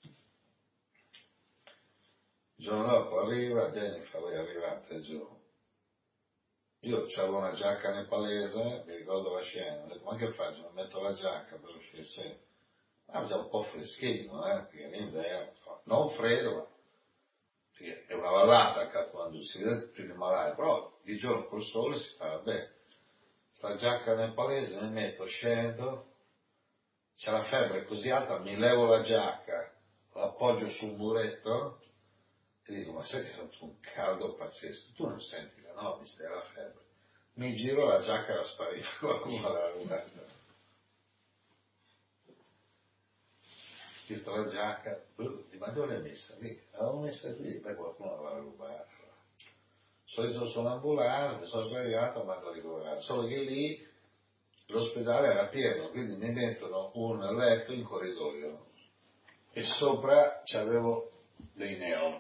Il giorno dopo arriva, Danny fa, voi arrivate giù. Io avevo una giacca nepalese, mi ricordo la scena, ho detto, ma che faccio? Mi metto la giacca per uscire, sì. Ma già un po' freschino, eh, perché è inverno, non freddo, ma è una vallata quando si vede più di malaria, però di giorno col sole si fa bene. Sta giacca nepalese mi metto, scendo, c'è la febbre così alta, mi levo la giacca, l'appoggio sul muretto E dico, ma sai che è fatto un caldo pazzesco, tu non senti la no, mi stai alla febbre. Mi giro, la giacca era sparita, qualcuno l'aveva rubata. Dietro la giacca, ma dove l'hai messa? Lì, l'avevo messa qui, poi qualcuno l'aveva rubata. Solito sono ambulato, mi sono svegliato, ma non ricoverato. Solo che lì l'ospedale era pieno, quindi mi mettono un letto in corridoio e sopra c'avevo dei neon.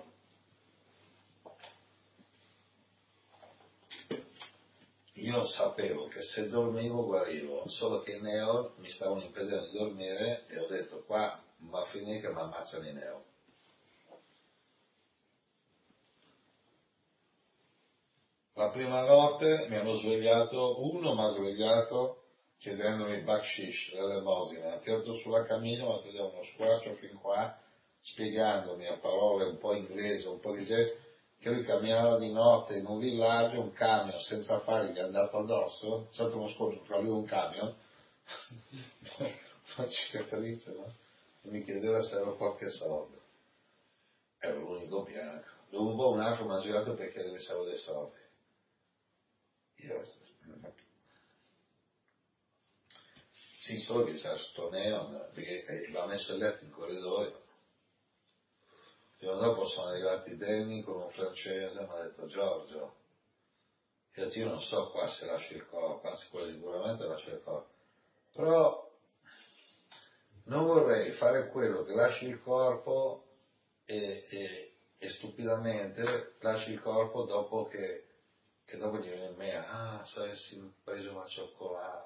Io sapevo che se dormivo guarivo, solo che i neon mi stavano impedendo di dormire e ho detto qua va a finire che mi ammazzano i neon. La prima notte mi hanno svegliato, uno mi ha svegliato chiedendomi il bakshish, l'elemosina, ha tirato sulla camicia, mi ha tirato uno squarcio fin qua, spiegandomi a parole un po' inglese, un po' di gesto, che lui camminava di notte in un villaggio, un camion senza fari gli è andato addosso, è stato uno scontro tra lui e un camion, una cicatrice, no? E mi chiedeva se avevo qualche soldo. Ero l'unico bianco. Dopo un po' un altro mi ha girato per chiedermi se avevo dei soldi. Io sì, solo che c'era sto neon, perché l'ha messo il letto in corridoio. Il giorno dopo sono arrivati Danny con un francese e mi ha detto Giorgio, io, io non so qua se lasci il corpo, anzi qua sicuramente lascio il corpo, però non vorrei fare quello che lasci il corpo e, e, e stupidamente lasci il corpo dopo che, che dopo gli viene in me, ah, se avessi preso una cioccolata.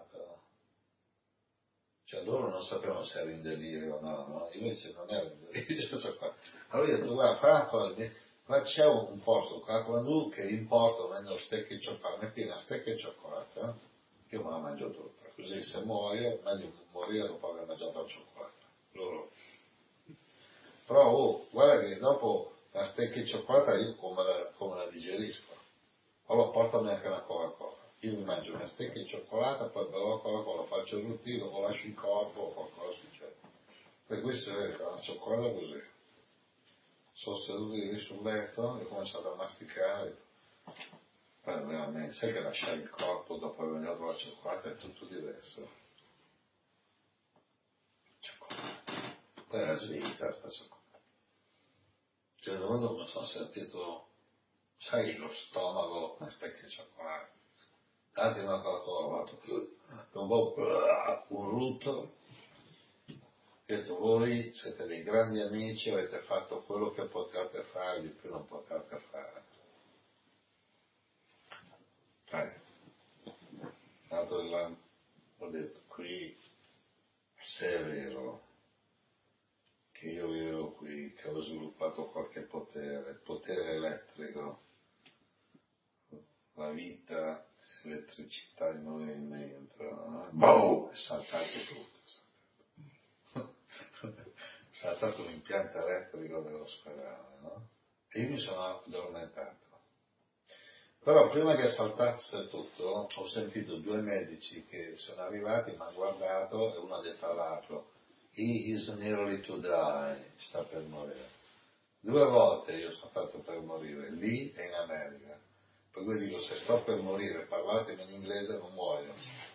Cioè loro non sapevano se ero in delirio o no, no? Io invece non ero in delirio. Allora io ho detto, guarda, Franco, qua c'è un posto qua quando che importa vendo stecche e cioccolata, mi piena stecche e cioccolata, eh? Io me la mangio tutta, così se muoio, meglio morire dopo aver mangiato la cioccolata. Loro. Però oh, guarda che dopo la stecca e cioccolata io come la, come la digerisco. Allora portami anche una Coca-Cola. Io mi mangio una stecca di cioccolata, poi bevo la Coca-Cola, faccio il routine, dopo lascio il corpo o qualcosa succede. Per questo è la cioccolata così. Sono seduto lì sul letto e ho cominciato a masticare. Poi veramente, sai che lasciare il corpo dopo aver mangiato la cioccolata è tutto diverso. Cioccolata. Poi era svizzera sta cioccolata. Cioè, quando mi sono sentito, sai, lo stomaco, una stecca di cioccolata. Tanti una Coca-Cola, un po' un rutto. Ho detto, voi siete dei grandi amici, avete fatto quello che potevate fare, di più non potevate fare. Dai, ho detto, qui se è vero che io vivo qui, che ho sviluppato qualche potere, il potere elettrico, la vita, l'elettricità in movimento, no? Boh, è saltato tutto. È saltato l'impianto elettrico dell'ospedale, no? E io mi sono addormentato. Però prima che saltasse tutto, ho sentito due medici che sono arrivati, mi hanno guardato e uno ha detto all'altro, he is nearly to die, sta per morire. Due volte io sono stato per morire, lì e in America. Per cui dico, se sto per morire, parlatemi in inglese, non muoio.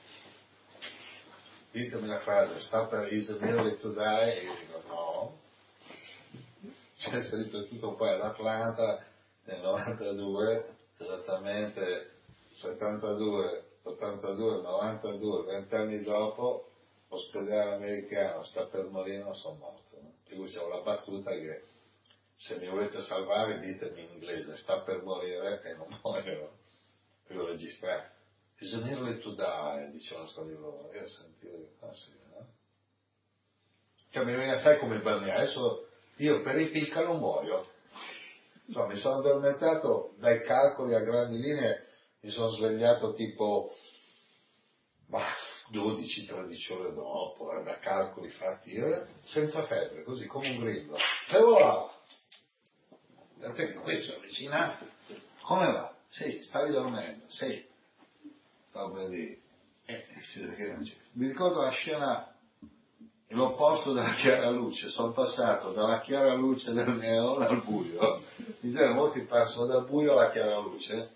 Ditemi la frase, sta per is nearly to die, e io dico no. Cioè, si è ripetuto poi ad Atlanta nel novantadue, esattamente settantadue, ottantadue, novantadue, vent'anni dopo, ospedale americano, sta per morire, non sono morto. No? Per cui c'è la battuta che se mi volete salvare ditemi in inglese, sta per morire e non muoio. Per cui registrare. Is nearly to die, dicevano sto di loro. Io sentivo, ah sì, no? Cioè mi viene, sai come il balneare, adesso io per i picca non muoio. Insomma, mi sono addormentato dai calcoli a grandi linee, mi sono svegliato tipo bah, dodici tredici ore dopo, eh, da calcoli fatti, eh, senza febbre, così come un grillo. E voilà! Tant'è che questo è avvicinato. Come va? Sì, stavi dormendo? Sì. Stavo per dire. Eh, mi ricordo la scena l'opposto della chiara luce, sono passato dalla chiara luce del neone al buio. In genere molti passano dal buio alla chiara luce.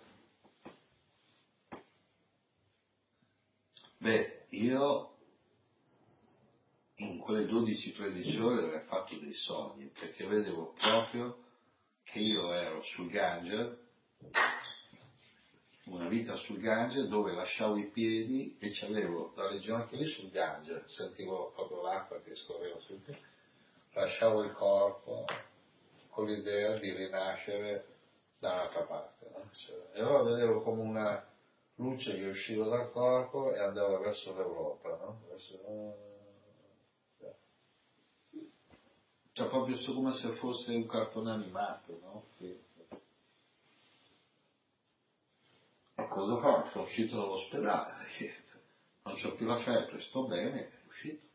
Beh, io in quelle dodici tredici ore avrei fatto dei sogni, perché vedevo proprio che io ero sul Gange, una vita sul Gange, dove lasciavo i piedi e c'avevo dalle ginocchia lì sul Gange, sentivo proprio l'acqua che scorreva sul piede, lasciavo il corpo con l'idea di rinascere da un'altra parte, no? Cioè, e allora vedevo come una luce che usciva dal corpo e andava verso l'Europa, no? Verso... Cioè proprio come se fosse un cartone animato, no? Sì. E cosa fa? Sono uscito dall'ospedale, perché non c'ho più la febbre, sto bene, è uscito.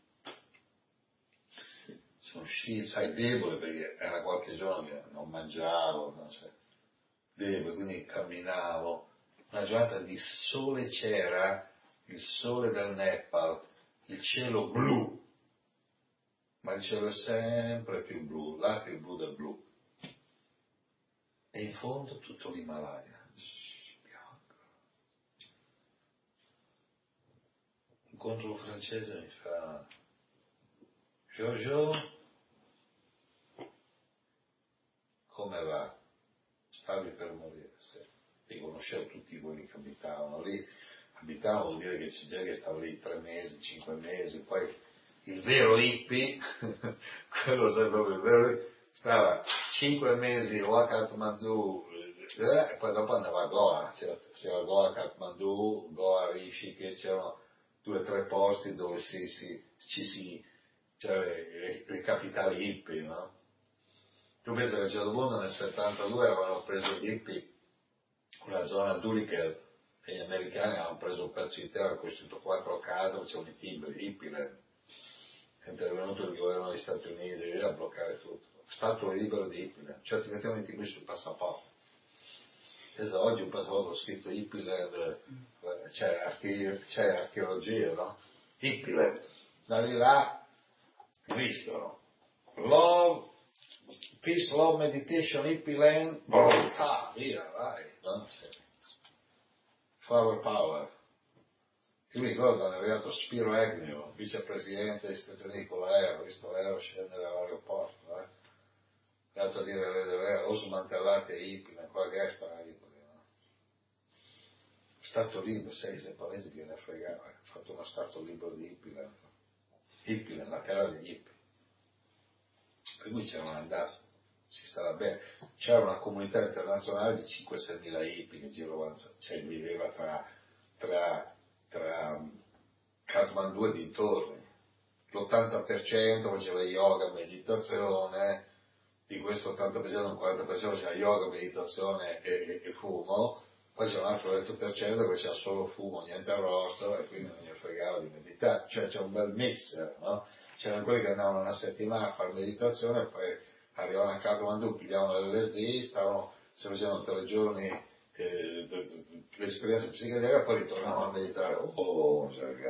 Sono uscito, sai, debole, perché era qualche giorno che non mangiavo, no? Cioè, debole, quindi camminavo. Una giornata di sole c'era, il sole del Nepal, il cielo blu, ma il cielo è sempre più blu, là più blu del blu. E in fondo tutto l'Himalaya, bianco. Incontro un francese mi fa: Giorgio, come va? Stavi per morire, sì. E conoscevo tutti quelli che abitavano lì. Abitavano vuol dire che c'è gente che stava lì tre mesi, cinque mesi, poi il vero hippie, quello è proprio il vero hippie, stava cinque mesi o a Kathmandu, eh, e poi dopo andava a Goa, c'era, c'era Goa, Kathmandu, Goa, Rishikesh, c'erano due o tre posti dove si, si, ci si, c'erano le, le capitali hippie, no? Tu pensi che a un certo punto nel settantadue avevano preso gli hippie una zona Dulikel e gli americani avevano preso un pezzo intero, hanno costruito quattro case, facevano i timbri, Hippieland. È intervenuto il governo degli Stati Uniti a bloccare tutto. Stato libero di Hippieland, cioè ti mettiamo in qui sul passaporto. Esatto, oggi un passaporto scritto Hippieland, c'è, arche- c'è archeologia, no? Hippieland, da lì là, visto, love, peace, love, meditation, Hippieland, ah, via, vai, no? Flower power. Io mi ricordo quando è arrivato Spiro Agnew, vicepresidente degli Stati Uniti con l'aereo, visto l'aereo scendere all'aeroporto, eh? È andato a dire all'aereo, o smantellate i hippie, qua che stava lì, no? Stato libero, sei, sei palesi che ne fregava, ha fatto uno stato libero di hippie, hippie, la terra degli hippie. Per cui c'era un'andato, si stava bene, c'era una comunità internazionale di cinque sei mila hippie che giravano, cioè viveva tra, tra tra Kathmandu e dintorni. L'ottanta per cento faceva yoga, meditazione, di questo ottanta per cento, un quaranta per cento faceva yoga, meditazione e, e, e fumo, poi c'è un altro venti per cento che faceva solo fumo, niente arrosto, e quindi non gli fregava di meditare, cioè c'è un bel mix, no? C'erano quelli che andavano una settimana a fare meditazione, poi arrivavano a Kathmandu, pigliavano l'L S D, stavano, si facevano tre giorni Eh, l'esperienza psichedelica, poi ritornavamo a meditare. Oh,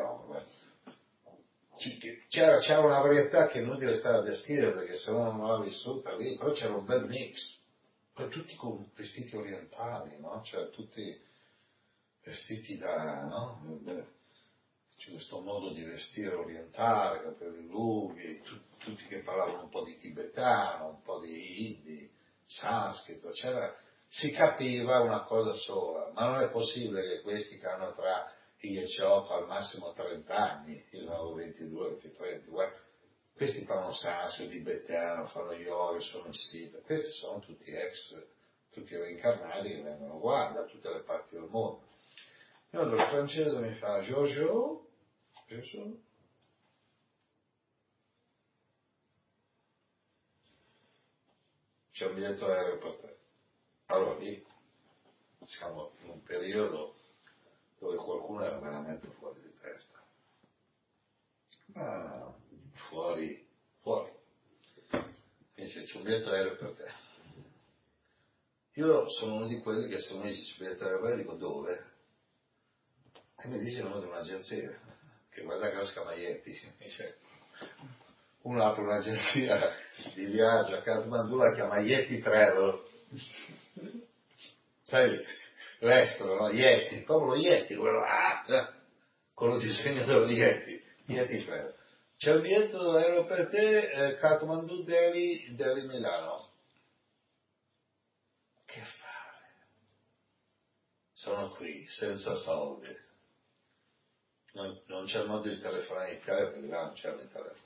c'era, c'era una varietà che è inutile stare a descrivere perché se uno non l'ha vissuta lì, però c'era un bel mix, poi tutti con vestiti orientali, no? Cioè tutti vestiti da, no? C'è questo modo di vestire orientale, capelli lunghi, tu, tutti che parlavano un po' di tibetano, un po' di hindi, sanscrito, c'era, si capiva una cosa sola, ma non è possibile che questi che hanno tra i diciotto al massimo trenta anni, io ne avevo ventidue, ventitré, ventiquattro, questi fanno sanscrito, tibetano, fanno yoga, sono sita, questi sono tutti ex, tutti reincarnati che vengono uguali da tutte le parti del mondo. E allora il francese mi fa, Giorgio, Giorgio, c'è un biglietto aereo per te. Allora lì siamo in un periodo dove qualcuno era veramente fuori di testa. Ma fuori, fuori. Dice, c'è un biglietto aereo per te. Io sono uno di quelli che se uno dice c'è un biglietto aereo per te, dico dove? E mi dice il nome di un'agenzia che guarda che lo Scamaietti. Dice, uno apre un'agenzia di viaggio a Kathmandu, la chiama Yeti Travel, sai, l'estero, no? Yeti, proprio lo Yeti, quello, ah, con lo disegno dello Yeti, Yeti Travel. C'è un biglietto d'aereo per te, eh, Kathmandu, Delhi, Delhi, Milano. Che fare? Sono qui, senza soldi. Non, non c'è modo di telefonare in Italia perché là non c'è il telefono.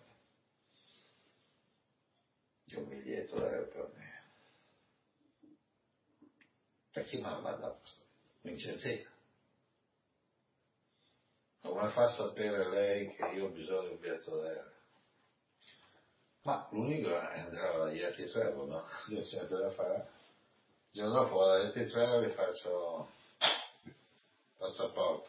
C'è un biglietto d'aereo per me. E chi mi ha mandato questo? Vincenzina. Ma come fa a sapere lei che io ho bisogno di un biglietto d'aereo? Ma l'unico è andare alla Yeti Travel, no? C'è niente da fare. Il giorno dopo alla Yeti Travel e faccio passaporto.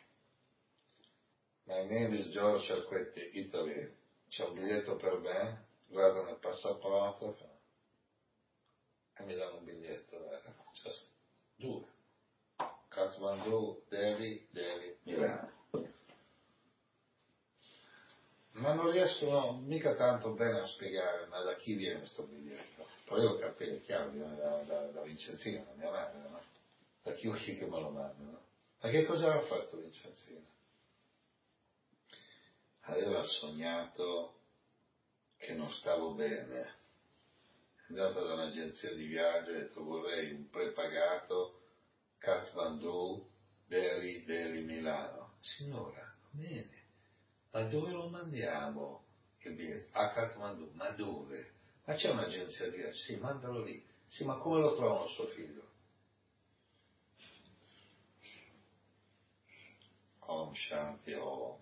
My name is George Arquetti, Italy. C'è un biglietto per me, guardo nel passaporto e mi danno un biglietto d'aereo. Cioè, due. Kathmandu, Delhi, Delhi, Milano. Ma non riescono mica tanto bene a spiegare ma da chi viene questo biglietto. Poi io capisco, chiaro, viene da, da, da Vincenzina, da mia madre, no? Da chi o chi che me lo manda, no? Ma che cosa aveva fatto Vincenzina? Aveva sognato che non stavo bene. È andata da un'agenzia di viaggio e ha detto vorrei un prepagato Kathmandu, Delhi, Delhi, Milano. Signora, va bene. Ma dove lo mandiamo il biglietto? A Kathmandu, ma dove? Ma c'è un'agenzia di viaggio? Sì, mandalo lì. Sì, ma come lo trovano suo figlio? Om Shanti Om.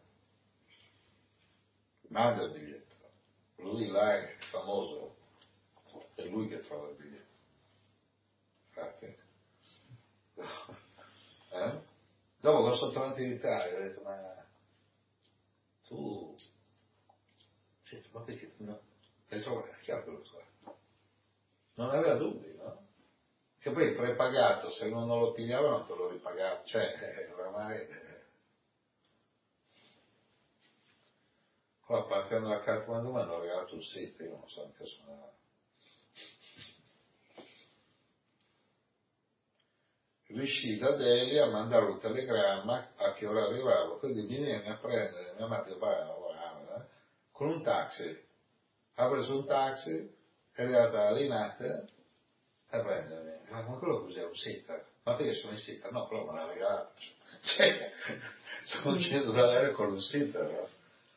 Manda il biglietto. Lui là è famoso, è lui che trova il biglietto. Frate. Eh? Dopo che sono tornato in Italia ho detto ma tu, sì, ma perché no? Hai trovato, è chiaro che lo trovato. Non aveva dubbi, no? Che poi il prepagato, se uno non lo pigliava non te lo ripagava, cioè, eh, oramai... Eh. Qua partendo da Kathmandu mi hanno regalato un sito, io non so anche suonare. Riuscì da Delhi a mandare un telegramma a che ora arrivavo, quindi mi viene a prendere, mia madre va a lavorare, eh, con un taxi. Ha preso un taxi, è arrivata a Linate a prendermi. Ma come quello cos'è un sitter? Ma perché sono in sitter? No, però me l'ha regalato. Cioè, sono sceso dall'aereo con un sitter, no?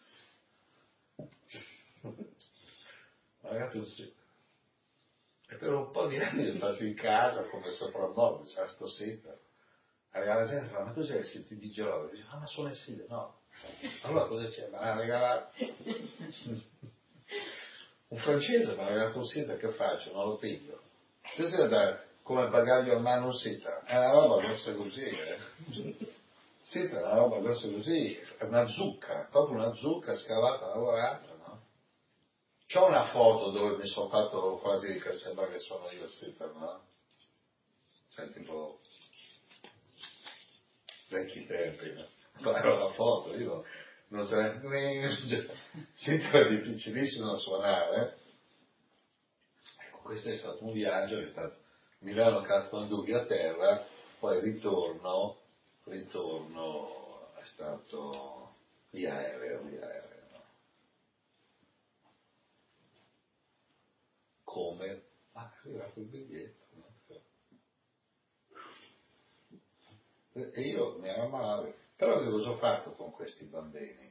Mi ha regalato un sitter. E per un po' di anni sono stato in casa come soprannome, c'era sto sitter. Arriva la gente e fa, ma cos'è il sito di Giorgio? Dice, ah, ma sono il sitter, no. Allora cosa c'è? Me l'ha regalato. Un francese mi ha regalato un sitter, che faccio? Non lo piglio. Tu sai dare come bagaglio a mano un sitter? È una roba grossa così, eh. Sitter è una roba grossa così, è una zucca, proprio una zucca scavata, lavorata, no? C'ho una foto dove mi sono fatto quasi che sembra che sono io il sitter, no? Cioè tipo vecchi tempi, no? Però la foto, io non sarei sitter è difficilissimo da suonare. Ecco, questo è stato un viaggio che è stato Milano, Kathmandu, via terra, poi ritorno, ritorno è stato via aereo, via aereo, no? Come? Ma è arrivato il biglietto, no? E io mi amavo, però che cosa ho fatto con questi bambini?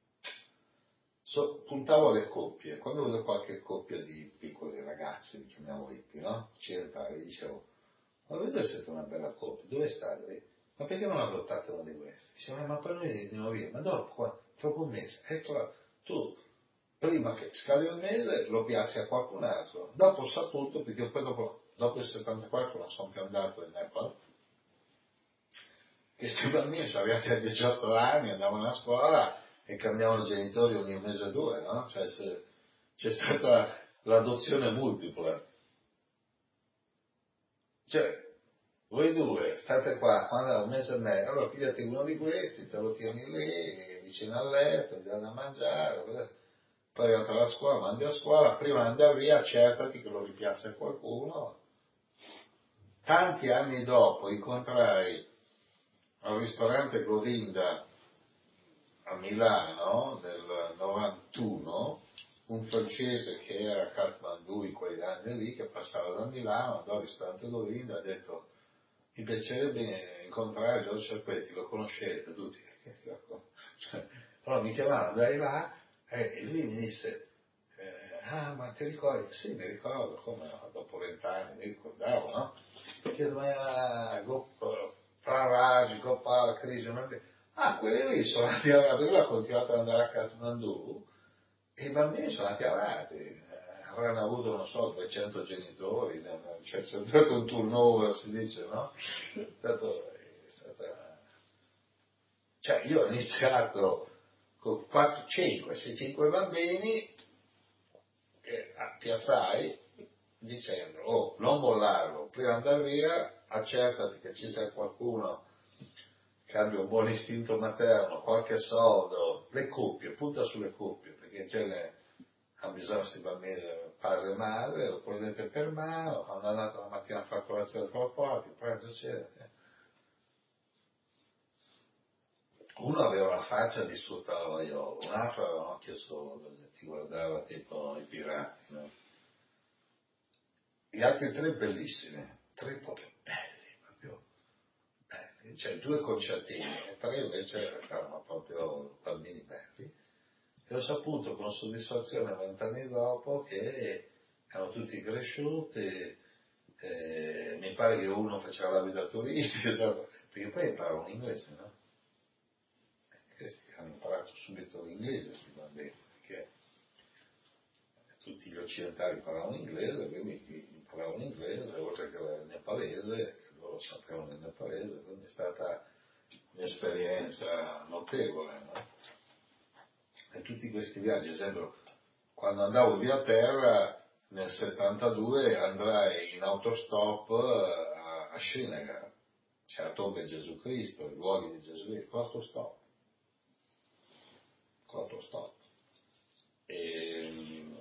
So, puntavo alle coppie, quando vedo qualche coppia di piccoli ragazzi, li chiamiamo hippie, no? Occidentali, dicevo, ma vedete siete una bella coppia, dove state? Ma perché non adottate uno di questi? Dicevo, ma poi noi andiamo via, ma dopo, qua, dopo un mese, eccola, tu, prima che scade il mese, lo piazzi a qualcun altro, dopo ho saputo, perché poi dopo, dopo il settantaquattro non sono più andato in Nepal, che questi bambini sono arrivati a diciotto anni, andavano a scuola e cambiavano genitori ogni mese o due, no? Cioè se c'è stata l'adozione multipla. Cioè, voi due state qua, quando è un mese e mezzo, allora pigliati uno di questi, te lo tieni lì, vicino al letto, gli danno da mangiare, poi entra alla scuola, mandi a scuola, prima di andare via accertati che lo ripiazza qualcuno. Tanti anni dopo incontrai al ristorante Govinda a Milano nel novantuno un francese che era a Kathmandu in quegli anni lì, che passava da Milano, andò al ristorante Govinda, ha detto: mi piacerebbe incontrare Giorgio Cerpetti, lo conoscete tutti? Cioè, allora mi chiamarono, andai là e lui mi disse: eh, ah, ma ti ricordi? Sì, mi ricordo, come no? Dopo vent'anni mi ricordavo, no? Chiedo, ma Praraj, Gopal, Krishna, ah, quelli lì sono andati avanti, lui ha continuato ad andare a Kathmandu e i bambini sono andati avanti, eh, avranno avuto, non so, duecento genitori, cioè c'è stato un turnover, si dice, no? È stato, è stata... Cioè io ho iniziato con quattro, cinque, sei, cinque bambini che piazzai dicendo: oh, non mollarlo, prima di andare via accertati che ci sia qualcuno che abbia un buon istinto materno, qualche soldo, le coppie, punta sulle coppie, perché ce ne hanno bisogno questi bambini, padre e madre, lo prendete per mano, quando andate la mattina a fare colazione con la porta, pranzo cena. Uno aveva la faccia distrutta da vaiolo, un altro aveva un occhio solo, ti guardava tipo i pirati, no? Gli altri tre bellissimi, tre proprio belli, proprio belli, cioè due concertini, e tre invece erano proprio bambini belli. E ho saputo con soddisfazione vent'anni dopo che erano tutti cresciuti, eh, mi pare che uno faceva la vita turistica, perché poi imparavano inglese, no? Questi hanno imparato subito l'inglese, questi bambini, perché tutti gli occidentali parlavano inglese, quindi parlavano inglese, oltre che il nepalese, che loro sapevano il nepalese, quindi è stata un'esperienza notevole, no? E tutti questi viaggi, ad esempio, quando andavo via terra nel settantadue andrai in autostop a, a Srinagar, c'è la tomba di Gesù Cristo, i luoghi di Gesù Cristo, l'autostop, l'autostop. E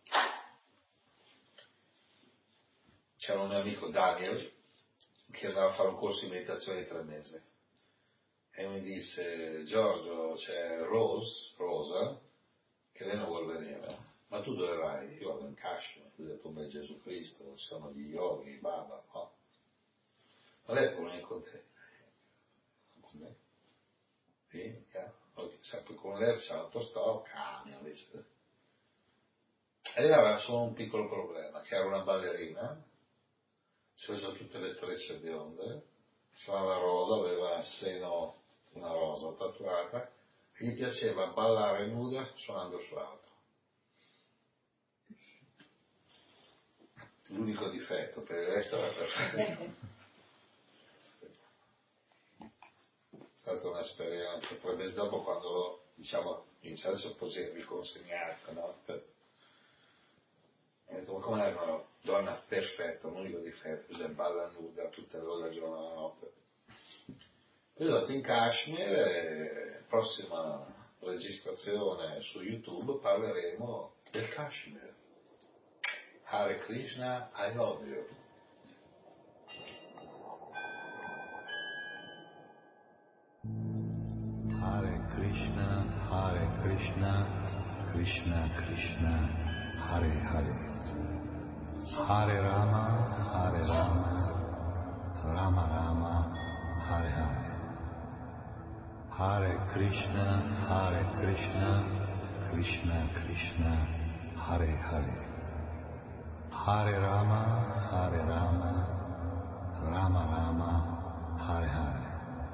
c'era un mio amico Daniel che andava a fare un corso di meditazione di tre mesi e mi disse: Giorgio, c'è Rose, Rosa, che lei non vuole venire, ma tu dove vai? Io vado in Kashmir, dove come Gesù Cristo, ci sono gli yogi, i Baba, no? Ma lei come mi incontri? Con me? Sì, yeah. Sempre con lei c'è l'autostop, cambia, invece. E lei aveva solo un piccolo problema, che era una ballerina, si faceva tutte le trecce bionde, si chiamava Rosa, aveva il seno una rosa tatuata, e gli piaceva ballare nuda suonando il flauto. L'unico difetto, per il resto era perfetto. È stata un'esperienza. Tre mesi dopo, quando l'ho, diciamo, iniziato a sposare, riconsegnato, no? Ho detto: ma come è una donna perfetta, l'unico difetto, cos'è, balla nuda tutte le ore del giorno e la notte. Poi sono andato in Kashmir e prossima registrazione su YouTube parleremo del Kashmir. Hare Krishna, I love you. Hare Krishna, Hare Krishna, Krishna Krishna, Hare Hare. Hare Rama, Hare Rama, Rama Rama, Hare Hare. Hare Krishna, Hare Krishna, Krishna Krishna, Hare Hare. Hare Rama, Hare Rama, Rama Rama, Hare Hare.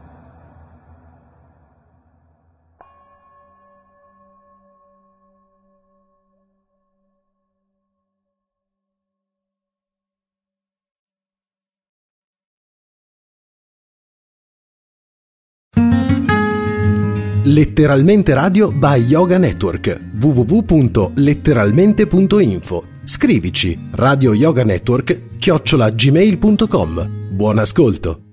Letteralmente Radio by Yoga Network, w w w punto letteralmente punto info. Scrivici radio yoga network chiocciola gmail punto com. Buon ascolto.